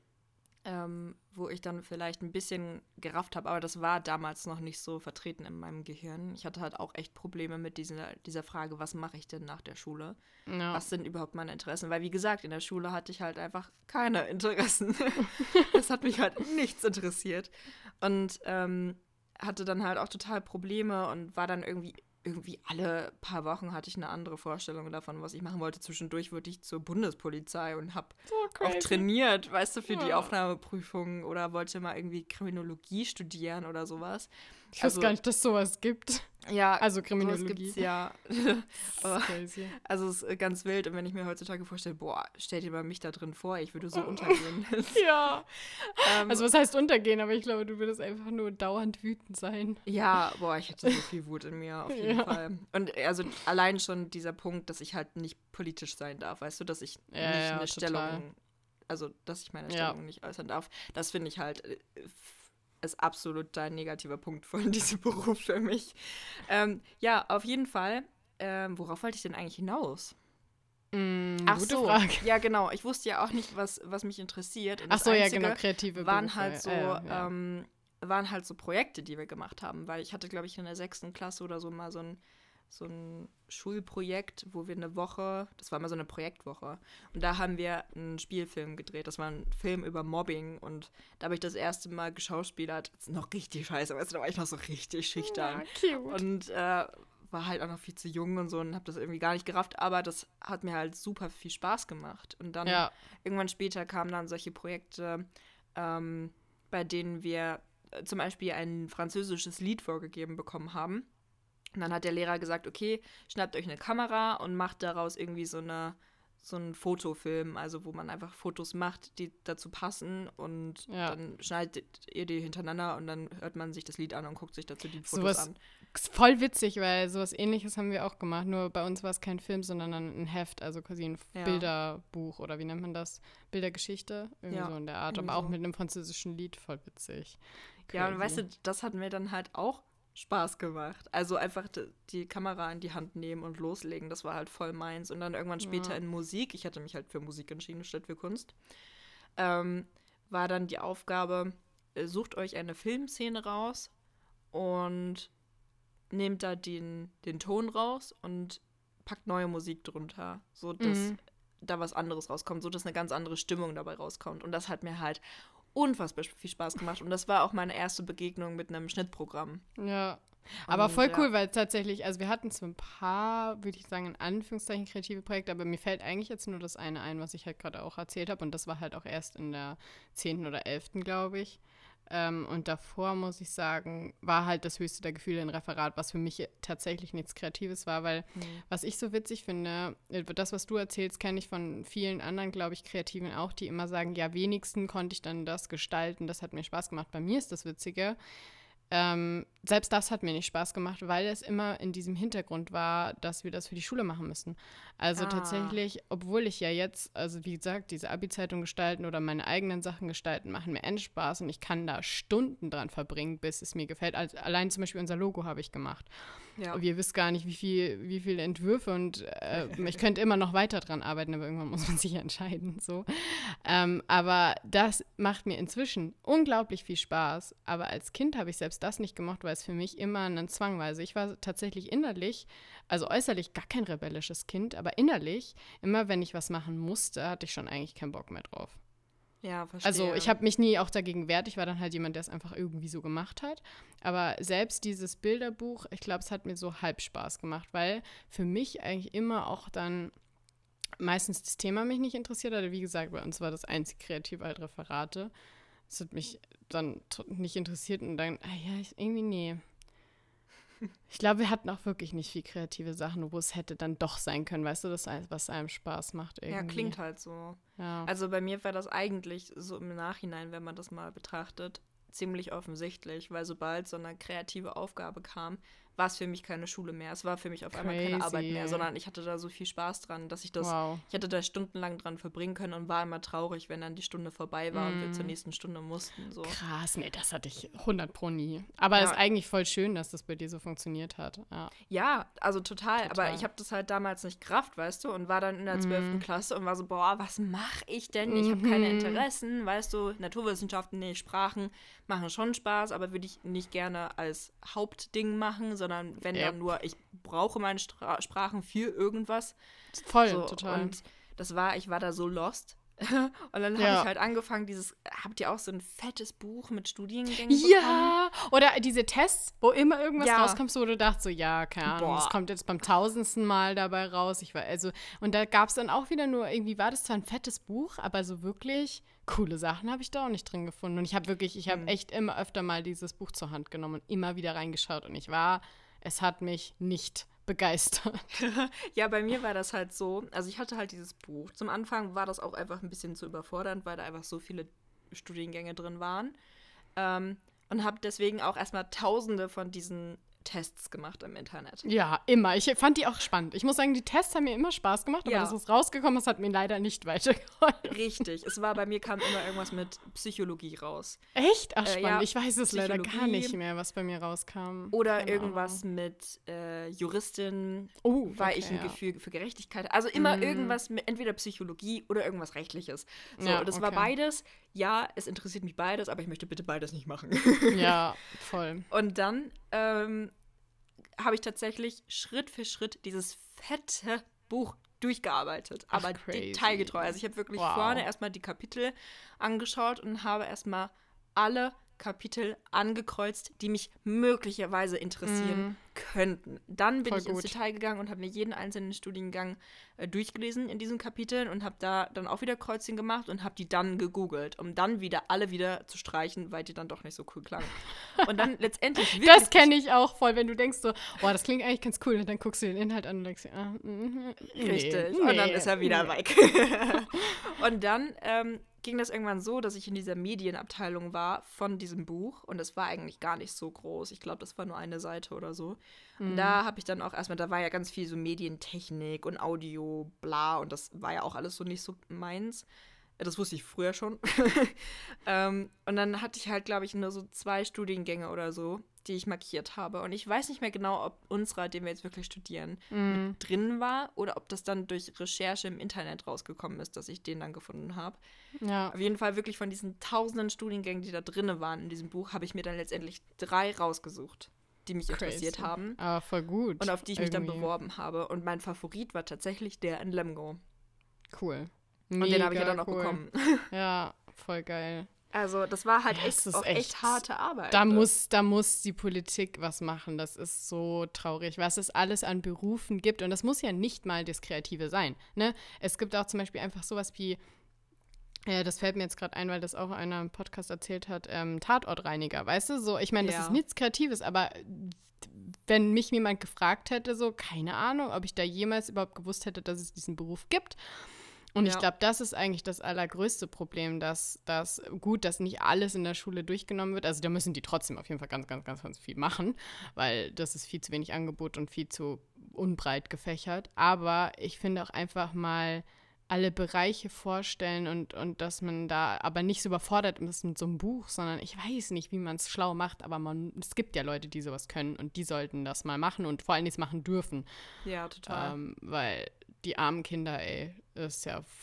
wo ich dann vielleicht ein bisschen gerafft habe, aber das war damals noch nicht so vertreten in meinem Gehirn. Ich hatte halt auch echt Probleme mit dieser Frage, was mache ich denn nach der Schule? Ja. Was sind überhaupt meine Interessen? Weil, wie gesagt, in der Schule hatte ich halt einfach keine Interessen. Das hat mich halt nichts interessiert. Und hatte dann halt auch total Probleme und war dann irgendwie irgendwie alle paar Wochen hatte ich eine andere Vorstellung davon, was ich machen wollte. Zwischendurch wurde ich zur Bundespolizei und habe auch trainiert, weißt du, für die Aufnahmeprüfungen oder wollte mal irgendwie Kriminologie studieren oder sowas. Ich wusste gar nicht, dass sowas gibt. Ja, also Kriminologie. Sowas gibt's ja. Aber, crazy. also es ist ganz wild. Und wenn ich mir heutzutage vorstelle, boah, stell dir mal mich da drin vor, ich würde so untergehen. Ja. Also was heißt untergehen? Aber ich glaube, du würdest einfach nur dauernd wütend sein. Ja, boah, ich hätte so viel Wut in mir, auf jeden Fall. Und also allein schon dieser Punkt, dass ich halt nicht politisch sein darf, weißt du, dass ich nicht eine Stellung, also dass ich meine Stellung nicht äußern darf, das finde ich halt ist absolut ein negativer Punkt von diesem Beruf für mich. Ja, auf jeden Fall. Worauf wollte ich denn eigentlich hinaus? Ach gute Frage. Ja, genau. Ich wusste ja auch nicht, was mich interessiert. Und ach so, ja, genau, kreative waren Berufe. halt so, waren halt so Projekte, die wir gemacht haben. Weil ich hatte, glaube ich, in der 6. Klasse oder so mal so ein Schulprojekt, wo wir eine Woche, das war mal so eine Projektwoche, und da haben wir einen Spielfilm gedreht. Das war ein Film über Mobbing und da habe ich das erste Mal geschauspielert. Das ist noch richtig scheiße, weißt du, da war ich noch so richtig schüchtern. Ja, cute. Und war halt auch noch viel zu jung und so und habe das irgendwie gar nicht gerafft, aber das hat mir halt super viel Spaß gemacht. Und dann irgendwann später kamen dann solche Projekte, bei denen wir zum Beispiel ein französisches Lied vorgegeben bekommen haben. Und dann hat der Lehrer gesagt, okay, schnappt euch eine Kamera und macht daraus irgendwie so einen Fotofilm, also wo man einfach Fotos macht, die dazu passen und dann schneidet ihr die hintereinander und dann hört man sich das Lied an und guckt sich dazu die Fotos an. Ist voll witzig, weil sowas Ähnliches haben wir auch gemacht, nur bei uns war es kein Film, sondern ein Heft, also quasi ein Bilderbuch oder wie nennt man das? Bildergeschichte, irgendwie so in der Art, aber auch mit einem französischen Lied, voll witzig. Crazy. Ja, und weißt du, das hat mir dann halt auch Spaß gemacht. Also einfach die Kamera in die Hand nehmen und loslegen, das war halt voll meins. Und dann irgendwann später in Musik, ich hatte mich halt für Musik entschieden statt für Kunst, war dann die Aufgabe, sucht euch eine Filmszene raus und nehmt da den Ton raus und packt neue Musik drunter, so dass da was anderes rauskommt, so dass eine ganz andere Stimmung dabei rauskommt. Und das hat mir halt unfassbar viel Spaß gemacht. Und das war auch meine erste Begegnung mit einem Schnittprogramm. Ja, aber voll cool, weil tatsächlich, also wir hatten so ein paar, würde ich sagen, in Anführungszeichen kreative Projekte, aber mir fällt eigentlich jetzt nur das eine ein, was ich halt gerade auch erzählt habe. Und das war halt auch erst in der 10. oder 11., glaube ich. Und davor, muss ich sagen, war halt das höchste der Gefühle ein Referat, was für mich tatsächlich nichts Kreatives war, weil was ich so witzig finde, das, was du erzählst, kenne ich von vielen anderen, glaube ich, Kreativen auch, die immer sagen, ja, wenigstens konnte ich dann das gestalten, das hat mir Spaß gemacht. Bei mir ist das Witzige, selbst das hat mir nicht Spaß gemacht, weil es immer in diesem Hintergrund war, dass wir das für die Schule machen müssen. Also tatsächlich, obwohl ich ja jetzt, also wie gesagt, diese Abi-Zeitung gestalten oder meine eigenen Sachen gestalten, machen mir Endspaß und ich kann da Stunden dran verbringen, bis es mir gefällt. Also allein zum Beispiel unser Logo habe ich gemacht. Ja. Und ihr wisst gar nicht, wie viele Entwürfe und ich könnte immer noch weiter dran arbeiten, aber irgendwann muss man sich entscheiden. So. Aber das macht mir inzwischen unglaublich viel Spaß. Aber als Kind habe ich selbst das nicht gemacht, weil es für mich immer ein Zwang war. Also ich war tatsächlich innerlich, also äußerlich gar kein rebellisches Kind, aber innerlich, immer wenn ich was machen musste, hatte ich schon eigentlich keinen Bock mehr drauf. Ja, verstehe. Also ich habe mich nie auch dagegen gewehrt. Ich war dann halt jemand, der es einfach irgendwie so gemacht hat. Aber selbst dieses Bilderbuch, ich glaube, es hat mir so halb Spaß gemacht, weil für mich eigentlich immer auch dann meistens das Thema mich nicht interessiert hat. Wie gesagt, bei uns war das einzig Kreative halt Referate. Das hat mich dann nicht interessiert und dann, irgendwie nee. Ich glaube, wir hatten auch wirklich nicht viel kreative Sachen, wo es hätte dann doch sein können, weißt du, das was einem Spaß macht irgendwie. Ja, klingt halt so. Ja. Also bei mir war das eigentlich so im Nachhinein, wenn man das mal betrachtet, ziemlich offensichtlich, weil sobald so eine kreative Aufgabe kam, war es für mich keine Schule mehr. Es war für mich auf einmal keine Arbeit mehr, sondern ich hatte da so viel Spaß dran, dass ich hätte da stundenlang dran verbringen können und war immer traurig, wenn dann die Stunde vorbei war und wir zur nächsten Stunde mussten. So. Krass, nee, das hatte ich 100 pro nie. Aber es ist eigentlich voll schön, dass das bei dir so funktioniert hat. Ja, also total. Aber ich habe das halt damals nicht gerafft, weißt du, und war dann in der 12. Klasse und war so, boah, was mache ich denn? Ich habe keine Interessen, weißt du, Naturwissenschaften, nee, Sprachen machen schon Spaß, aber würde ich nicht gerne als Hauptding machen, sondern wenn dann nur, ich brauche meine Sprachen für irgendwas. Voll, so, total. Und ich war da so lost. Und dann habe ich halt angefangen, habt ihr auch so ein fettes Buch mit Studiengängen bekommen? Ja, oder diese Tests, wo immer irgendwas rauskommt, wo du dachtest so, ja, keine Ahnung, das kommt jetzt beim 1000. Mal dabei raus. Und da gab es dann auch wieder nur, irgendwie war das zwar ein fettes Buch, aber so wirklich coole Sachen habe ich da auch nicht drin gefunden. Und ich habe echt immer öfter mal dieses Buch zur Hand genommen und immer wieder reingeschaut. Und es hat mich nicht begeistert. Ja, bei mir war das halt so, also ich hatte halt dieses Buch. Zum Anfang war das auch einfach ein bisschen zu überfordernd, weil da einfach so viele Studiengänge drin waren. Und habe deswegen auch erstmal Tausende von diesen Tests gemacht im Internet. Ja, immer. Ich fand die auch spannend. Ich muss sagen, die Tests haben mir immer Spaß gemacht, aber das ist rausgekommen, das hat mir leider nicht weitergeholfen. Richtig. Bei mir kam immer irgendwas mit Psychologie raus. Echt? Ach, spannend. Ich weiß es leider gar nicht mehr, was bei mir rauskam. Oder keine irgendwas Ahnung. Mit Juristin, weil ich ein Gefühl für Gerechtigkeit hatte. Also immer irgendwas mit entweder Psychologie oder irgendwas Rechtliches. So, das war beides. Ja, es interessiert mich beides, aber ich möchte bitte beides nicht machen. Ja, voll. Und dann habe ich tatsächlich Schritt für Schritt dieses fette Buch durchgearbeitet, aber detailgetreu. Also ich habe wirklich vorne erstmal die Kapitel angeschaut und habe erstmal alle Kapitel angekreuzt, die mich möglicherweise interessieren könnten. Dann bin ich ins Detail gegangen und habe mir jeden einzelnen Studiengang durchgelesen in diesen Kapiteln und habe da dann auch wieder Kreuzchen gemacht und habe die dann gegoogelt, um dann alle wieder zu streichen, weil die dann doch nicht so cool klangen. Und dann letztendlich wirklich... Das kenne ich auch voll, wenn du denkst so, das klingt eigentlich ganz cool und dann guckst du den Inhalt an und denkst, richtig. Und dann ist er wieder weg. Und dann ging das irgendwann so, dass ich in dieser Medienabteilung war von diesem Buch und es war eigentlich gar nicht so groß. Ich glaube, das war nur eine Seite oder so. Und da habe ich dann auch erstmal, da war ja ganz viel so Medientechnik und Audio, bla, und das war ja auch alles so nicht so meins. Das wusste ich früher schon. Und dann hatte ich halt, glaube ich, nur so 2 Studiengänge oder so, die ich markiert habe. Und ich weiß nicht mehr genau, ob unserer, den wir jetzt wirklich studieren, mit drin war oder ob das dann durch Recherche im Internet rausgekommen ist, dass ich den dann gefunden habe. Ja. Auf jeden Fall wirklich von diesen tausenden Studiengängen, die da drin waren in diesem Buch, habe ich mir dann letztendlich 3 rausgesucht, die mich interessiert haben. Aber voll gut. Und auf die ich mich dann beworben habe. Und mein Favorit war tatsächlich der in Lemgo. Cool. Und den habe ich ja dann auch bekommen. Ja, voll geil. Also das war halt echt harte Arbeit. Da muss die Politik was machen. Das ist so traurig, was es alles an Berufen gibt. Und das muss ja nicht mal das Kreative sein. Ne? Es gibt auch zum Beispiel einfach sowas wie, das fällt mir jetzt gerade ein, weil das auch einer im Podcast erzählt hat, Tatortreiniger, weißt du? So, ich meine, das ist nichts Kreatives, aber wenn mich jemand gefragt hätte, so, keine Ahnung, ob ich da jemals überhaupt gewusst hätte, dass es diesen Beruf gibt. Und ich glaube, das ist eigentlich das allergrößte Problem, dass nicht alles in der Schule durchgenommen wird. Also da müssen die trotzdem auf jeden Fall ganz, ganz, ganz, ganz viel machen, weil das ist viel zu wenig Angebot und viel zu unbreit gefächert. Aber ich finde auch einfach mal alle Bereiche vorstellen und dass man da aber nicht so überfordert ist mit so einem Buch, sondern ich weiß nicht, wie man es schlau macht, aber es gibt ja Leute, die sowas können und die sollten das mal machen und vor allem das machen dürfen. Ja, total. Weil die armen Kinder, das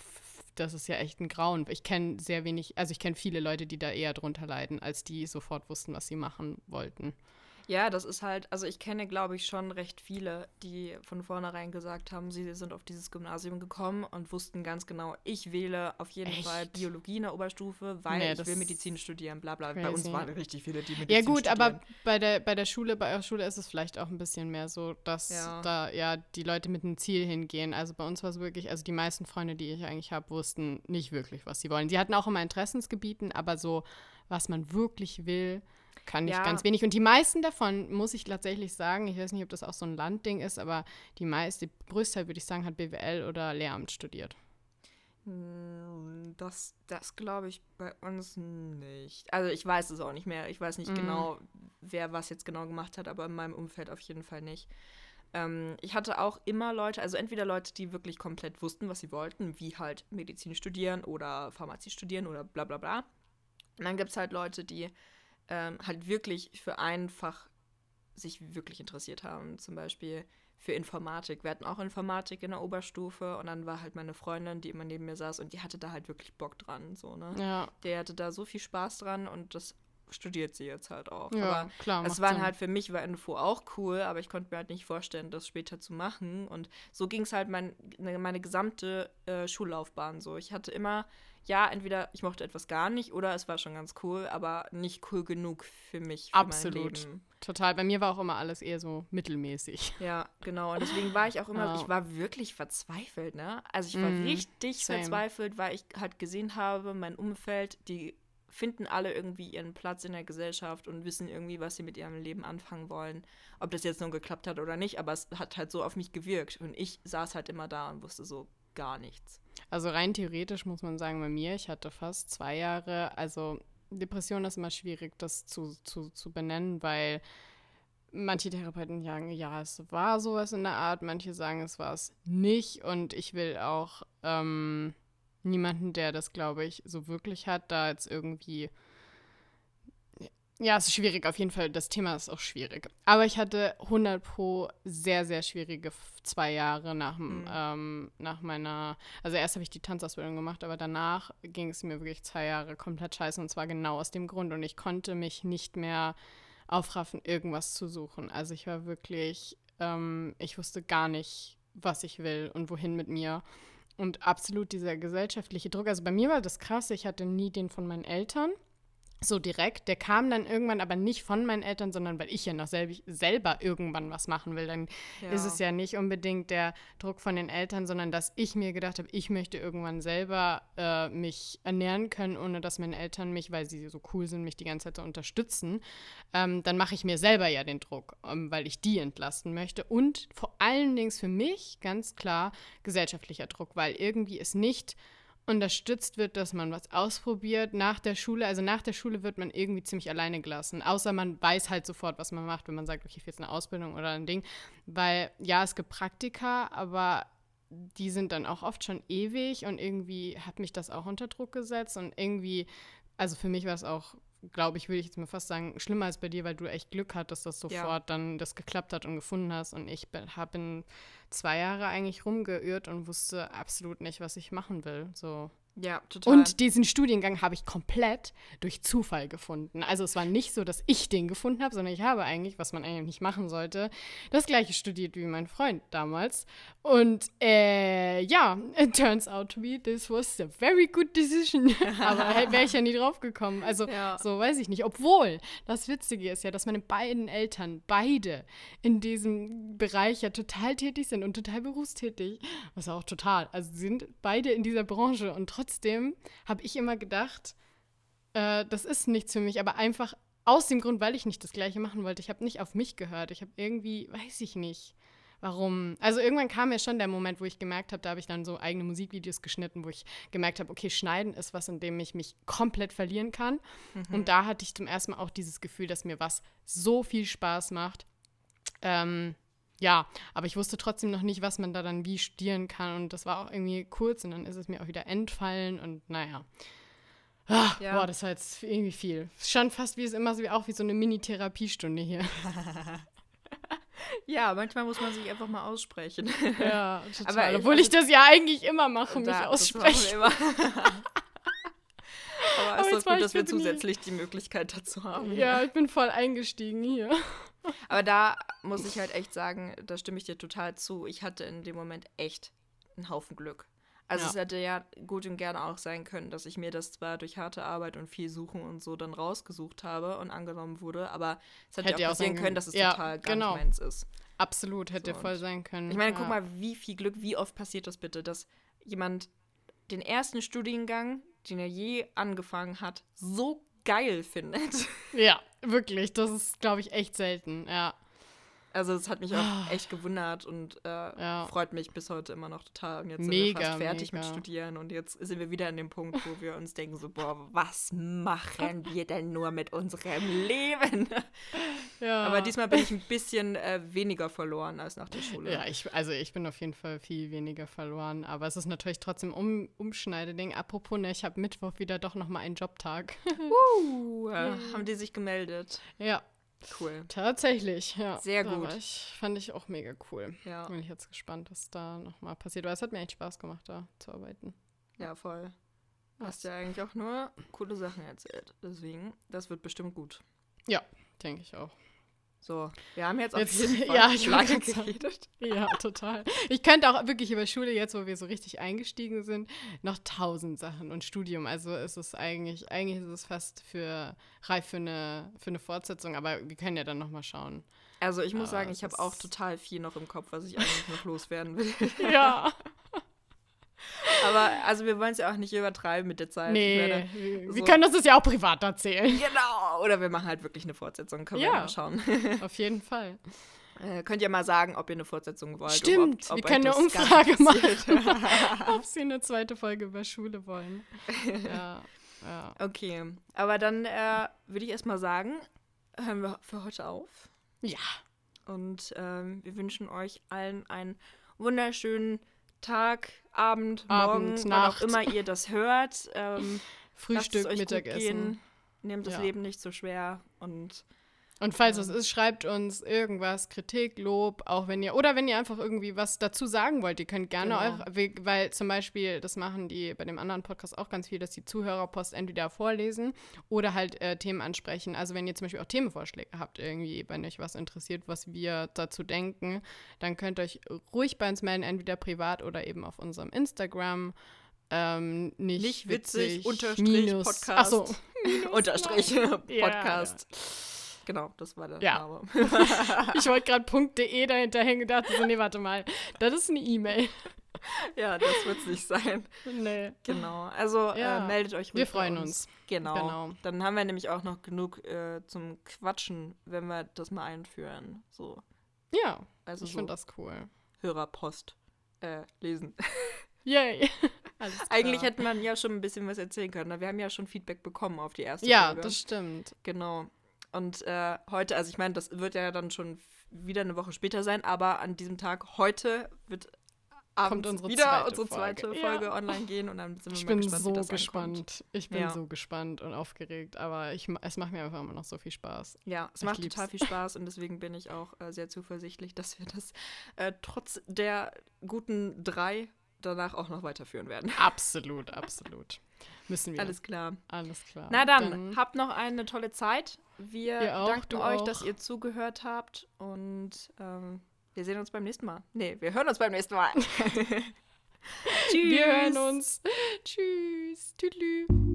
ist ja echt ein Grauen. Ich kenne viele Leute, die da eher drunter leiden, als die sofort wussten, was sie machen wollten. Ja, das ist halt, also ich kenne, glaube ich, schon recht viele, die von vornherein gesagt haben, sie sind auf dieses Gymnasium gekommen und wussten ganz genau, ich wähle auf jeden Fall Biologie in der Oberstufe, weil ich will Medizin studieren, bla bla. Bei uns waren richtig viele, die Medizin studieren. Ja gut, aber bei eurer Schule ist es vielleicht auch ein bisschen mehr so, dass da die Leute mit einem Ziel hingehen. Also bei uns war es wirklich, also die meisten Freunde, die ich eigentlich habe, wussten nicht wirklich, was sie wollen. Sie hatten auch immer Interessensgebieten, aber so, was man wirklich will, kann ich ganz wenig. Und die meisten davon, muss ich tatsächlich sagen, ich weiß nicht, ob das auch so ein Landding ist, aber die größte, würde ich sagen, hat BWL oder Lehramt studiert. Das glaube ich bei uns nicht. Also ich weiß es auch nicht mehr. Ich weiß nicht genau, wer was jetzt genau gemacht hat, aber in meinem Umfeld auf jeden Fall nicht. Ich hatte auch immer Leute, also entweder Leute, die wirklich komplett wussten, was sie wollten, wie halt Medizin studieren oder Pharmazie studieren oder bla bla bla. Und dann gibt es halt Leute, die halt wirklich für ein Fach sich wirklich interessiert haben. Zum Beispiel für Informatik. Wir hatten auch Informatik in der Oberstufe und dann war halt meine Freundin, die immer neben mir saß und die hatte da halt wirklich Bock dran. So, ne? Ja. Der hatte da so viel Spaß dran und das studiert sie jetzt halt auch. Ja, aber klar, es macht waren Sinn. halt für mich, war NFO auch cool, aber ich konnte mir halt nicht vorstellen, das später zu machen. Und so ging es halt meine gesamte Schullaufbahn so. Ich hatte immer, ja, entweder ich mochte etwas gar nicht oder es war schon ganz cool, aber nicht cool genug für mich, für Absolut. mein Leben. Total. Bei mir war auch immer alles eher so mittelmäßig. Ja, genau. Und deswegen war ich auch immer, Ja. ich war wirklich verzweifelt, ne? Also ich war richtig same. verzweifelt, weil ich halt gesehen habe, mein Umfeld, die finden alle irgendwie ihren Platz in der Gesellschaft und wissen irgendwie, was sie mit ihrem Leben anfangen wollen. Ob das jetzt nun geklappt hat oder nicht, aber es hat halt so auf mich gewirkt. Und ich saß halt immer da und wusste so gar nichts. Also rein theoretisch muss man sagen, bei mir, ich hatte fast 2 Jahre, also Depression ist immer schwierig, das zu benennen, weil manche Therapeuten sagen, ja, es war sowas in der Art, manche sagen, es war es nicht und ich will auch niemanden, der das, glaube ich, so wirklich hat, da jetzt irgendwie. Ja, es ist schwierig, auf jeden Fall. Das Thema ist auch schwierig. Aber ich hatte 100% sehr, sehr schwierige 2 Jahre nach meiner, also erst habe ich die Tanzausbildung gemacht, aber danach ging es mir wirklich 2 Jahre komplett scheiße und zwar genau aus dem Grund und ich konnte mich nicht mehr aufraffen, irgendwas zu suchen. Also ich war wirklich, ich wusste gar nicht, was ich will und wohin mit mir. Und absolut dieser gesellschaftliche Druck. Also bei mir war das krass, ich hatte nie den von meinen Eltern. So direkt. Der kam dann irgendwann aber nicht von meinen Eltern, sondern weil ich ja noch selber irgendwann was machen will. Dann ist es ja nicht unbedingt der Druck von den Eltern, sondern dass ich mir gedacht habe, ich möchte irgendwann selber mich ernähren können, ohne dass meine Eltern mich, weil sie so cool sind, mich die ganze Zeit so unterstützen. Dann mache ich mir selber ja den Druck, weil ich die entlasten möchte. Und vor allen Dingen für mich ganz klar gesellschaftlicher Druck, weil irgendwie es nicht unterstützt wird, dass man was ausprobiert nach der Schule. Also nach der Schule wird man irgendwie ziemlich alleine gelassen. Außer man weiß halt sofort, was man macht, wenn man sagt, okay, ich will jetzt eine Ausbildung oder ein Ding. Weil, ja, es gibt Praktika, aber die sind dann auch oft schon ewig und irgendwie hat mich das auch unter Druck gesetzt und irgendwie, also für mich war es auch, glaube ich, würde ich jetzt mal fast sagen, schlimmer als bei dir, weil du echt Glück hattest, dass sofort dann das geklappt hat und gefunden hast und ich habe in 2 Jahre eigentlich rumgeirrt und wusste absolut nicht, was ich machen will, so. Ja, total. Und diesen Studiengang habe ich komplett durch Zufall gefunden. Also es war nicht so, dass ich den gefunden habe, sondern ich habe eigentlich, was man eigentlich nicht machen sollte, das gleiche studiert wie mein Freund damals. Und ja, it turns out to be, this was a very good decision. Aber wäre ich ja nie drauf gekommen. Also so weiß ich nicht. Obwohl, das Witzige ist ja, dass meine beiden Eltern, beide in diesem Bereich ja total tätig sind und total berufstätig. Was auch total. Also sie sind beide in dieser Branche und trotzdem habe ich immer gedacht, das ist nichts für mich, aber einfach aus dem Grund, weil ich nicht das Gleiche machen wollte. Ich habe nicht auf mich gehört. Ich habe irgendwie, weiß ich nicht, warum. Also irgendwann kam mir schon der Moment, wo ich gemerkt habe, da habe ich dann so eigene Musikvideos geschnitten, wo ich gemerkt habe, okay, Schneiden ist was, in dem ich mich komplett verlieren kann. Und da hatte ich zum ersten Mal auch dieses Gefühl, dass mir was so viel Spaß macht. Ja, aber ich wusste trotzdem noch nicht, was man da dann wie studieren kann. Und das war auch irgendwie kurz und dann ist es mir auch wieder entfallen und naja. Boah, das war jetzt irgendwie viel. Schon fast wie es immer so, auch wie so eine Mini-Therapiestunde hier. Ja, manchmal muss man sich einfach mal aussprechen. Ja, total. Aber, obwohl ich das ja eigentlich immer mache, mich aussprechen. Aber es ist doch gut, dass wir zusätzlich die Möglichkeit dazu haben. Ja, ich bin voll eingestiegen hier. Aber da muss ich halt echt sagen, da stimme ich dir total zu. Ich hatte in dem Moment echt einen Haufen Glück. Also es hätte ja gut und gerne auch sein können, dass ich mir das zwar durch harte Arbeit und viel Suchen und so dann rausgesucht habe und angenommen wurde, aber es hätte ja auch passieren können, dass es total gar nicht meins ist. Absolut, hätte voll sein können. Ich meine, guck mal, wie viel Glück, wie oft passiert das bitte, dass jemand den ersten Studiengang, den er je angefangen hat, so geil findet. Ja, wirklich, das ist, glaube ich, echt selten, ja. Also das hat mich auch echt gewundert und freut mich bis heute immer noch total. Und jetzt sind wir fast fertig mit Studieren und jetzt sind wir wieder an dem Punkt, wo wir uns denken so, boah, was machen wir denn nur mit unserem Leben? Ja. Aber diesmal bin ich ein bisschen weniger verloren als nach der Schule. Ja, ich bin auf jeden Fall viel weniger verloren, aber es ist natürlich trotzdem Umschneideding. Apropos, ich habe Mittwoch wieder doch nochmal einen Jobtag. Haben die sich gemeldet? Ja. Cool. Tatsächlich, ja. Sehr gut. Fand ich auch mega cool. Ja. Bin ich jetzt gespannt, was da nochmal passiert. Weil es hat mir echt Spaß gemacht, da zu arbeiten. Ja, voll. Hast ja eigentlich auch nur coole Sachen erzählt. Deswegen, das wird bestimmt gut. Ja, denke ich auch. So, wir haben jetzt auf Jetzt, jeden Fall ja, ich lange wollte sagen. geredet. Ja, total. Ich könnte auch wirklich über Schule, jetzt wo wir so richtig eingestiegen sind, noch 1000 Sachen und Studium. Also es ist eigentlich ist es fast reif für eine Fortsetzung, aber wir können ja dann nochmal schauen. Also ich muss Aber sagen, ich habe auch total viel noch im Kopf, was ich eigentlich noch loswerden will. Ja. Aber also wir wollen es ja auch nicht übertreiben mit der Zeit. Nee, wir können uns das ja auch privat erzählen. Genau. Oder wir machen halt wirklich eine Fortsetzung. Können wir Ja. mal schauen. Auf jeden Fall. Könnt ihr mal sagen, ob ihr eine Fortsetzung wollt. Stimmt, ob wir euch können eine das Umfrage interessiert. machen, ob sie eine zweite Folge über Schule wollen. Ja. Okay, aber dann würde ich erstmal sagen, hören wir für heute auf. Ja. Und wir wünschen euch allen einen wunderschönen Tag, Abend, Morgen, wann Nacht. auch immer ihr das hört. Frühstück, lasst es euch gut Mittagessen. gehen. Nehmt das Ja. Leben nicht so schwer und Und falls es ist, schreibt uns irgendwas, Kritik, Lob, auch wenn ihr einfach irgendwie was dazu sagen wollt. Ihr könnt gerne weil zum Beispiel, das machen die bei dem anderen Podcast auch ganz viel, dass die Zuhörerpost entweder vorlesen oder halt Themen ansprechen. Also wenn ihr zum Beispiel auch Themenvorschläge habt irgendwie, wenn euch was interessiert, was wir dazu denken, dann könnt ihr euch ruhig bei uns melden, entweder privat oder eben auf unserem Instagram. Nicht witzig, unterstrich Podcast. Achso. Unterstrich Ja, Podcast. Genau, das war der Ja. Name. Ich wollte gerade .de dahinter hängen und dachte so, nee, warte mal, das ist eine E-Mail. Ja, das wird es nicht sein. Nee. Genau, also Ja. meldet euch ruhig Wir bei freuen uns. Genau. Dann haben wir nämlich auch noch genug zum Quatschen, wenn wir das mal einführen. So, Ja, also ich so finde das cool. Hörerpost lesen. Yay. Alles klar. Eigentlich hätte man ja schon ein bisschen was erzählen können. Wir haben ja schon Feedback bekommen auf die erste Ja, Folge. das stimmt. Genau. Und heute, also ich meine, das wird ja dann schon wieder eine Woche später sein, aber an diesem Tag, heute wird abends unsere wieder zweite unsere zweite Folge. Folge Ja. online gehen und dann sind wir Ich mal bin gespannt, so wie das gespannt. ankommt. Ich bin Ja. so gespannt und aufgeregt, aber es macht mir einfach immer noch so viel Spaß. Ja, es Ich macht lieb's. total viel Spaß und deswegen bin ich auch sehr zuversichtlich, dass wir das trotz der guten 3 danach auch noch weiterführen werden. Absolut. Müssen wir. Alles klar. Alles klar. Na dann, habt noch eine tolle Zeit. Wir Ihr auch, danken du euch, auch. dass ihr zugehört habt und wir sehen uns beim nächsten Mal. Nee, wir hören uns beim nächsten Mal. Tschüss. Wir hören uns. Tschüss. Tüdelü.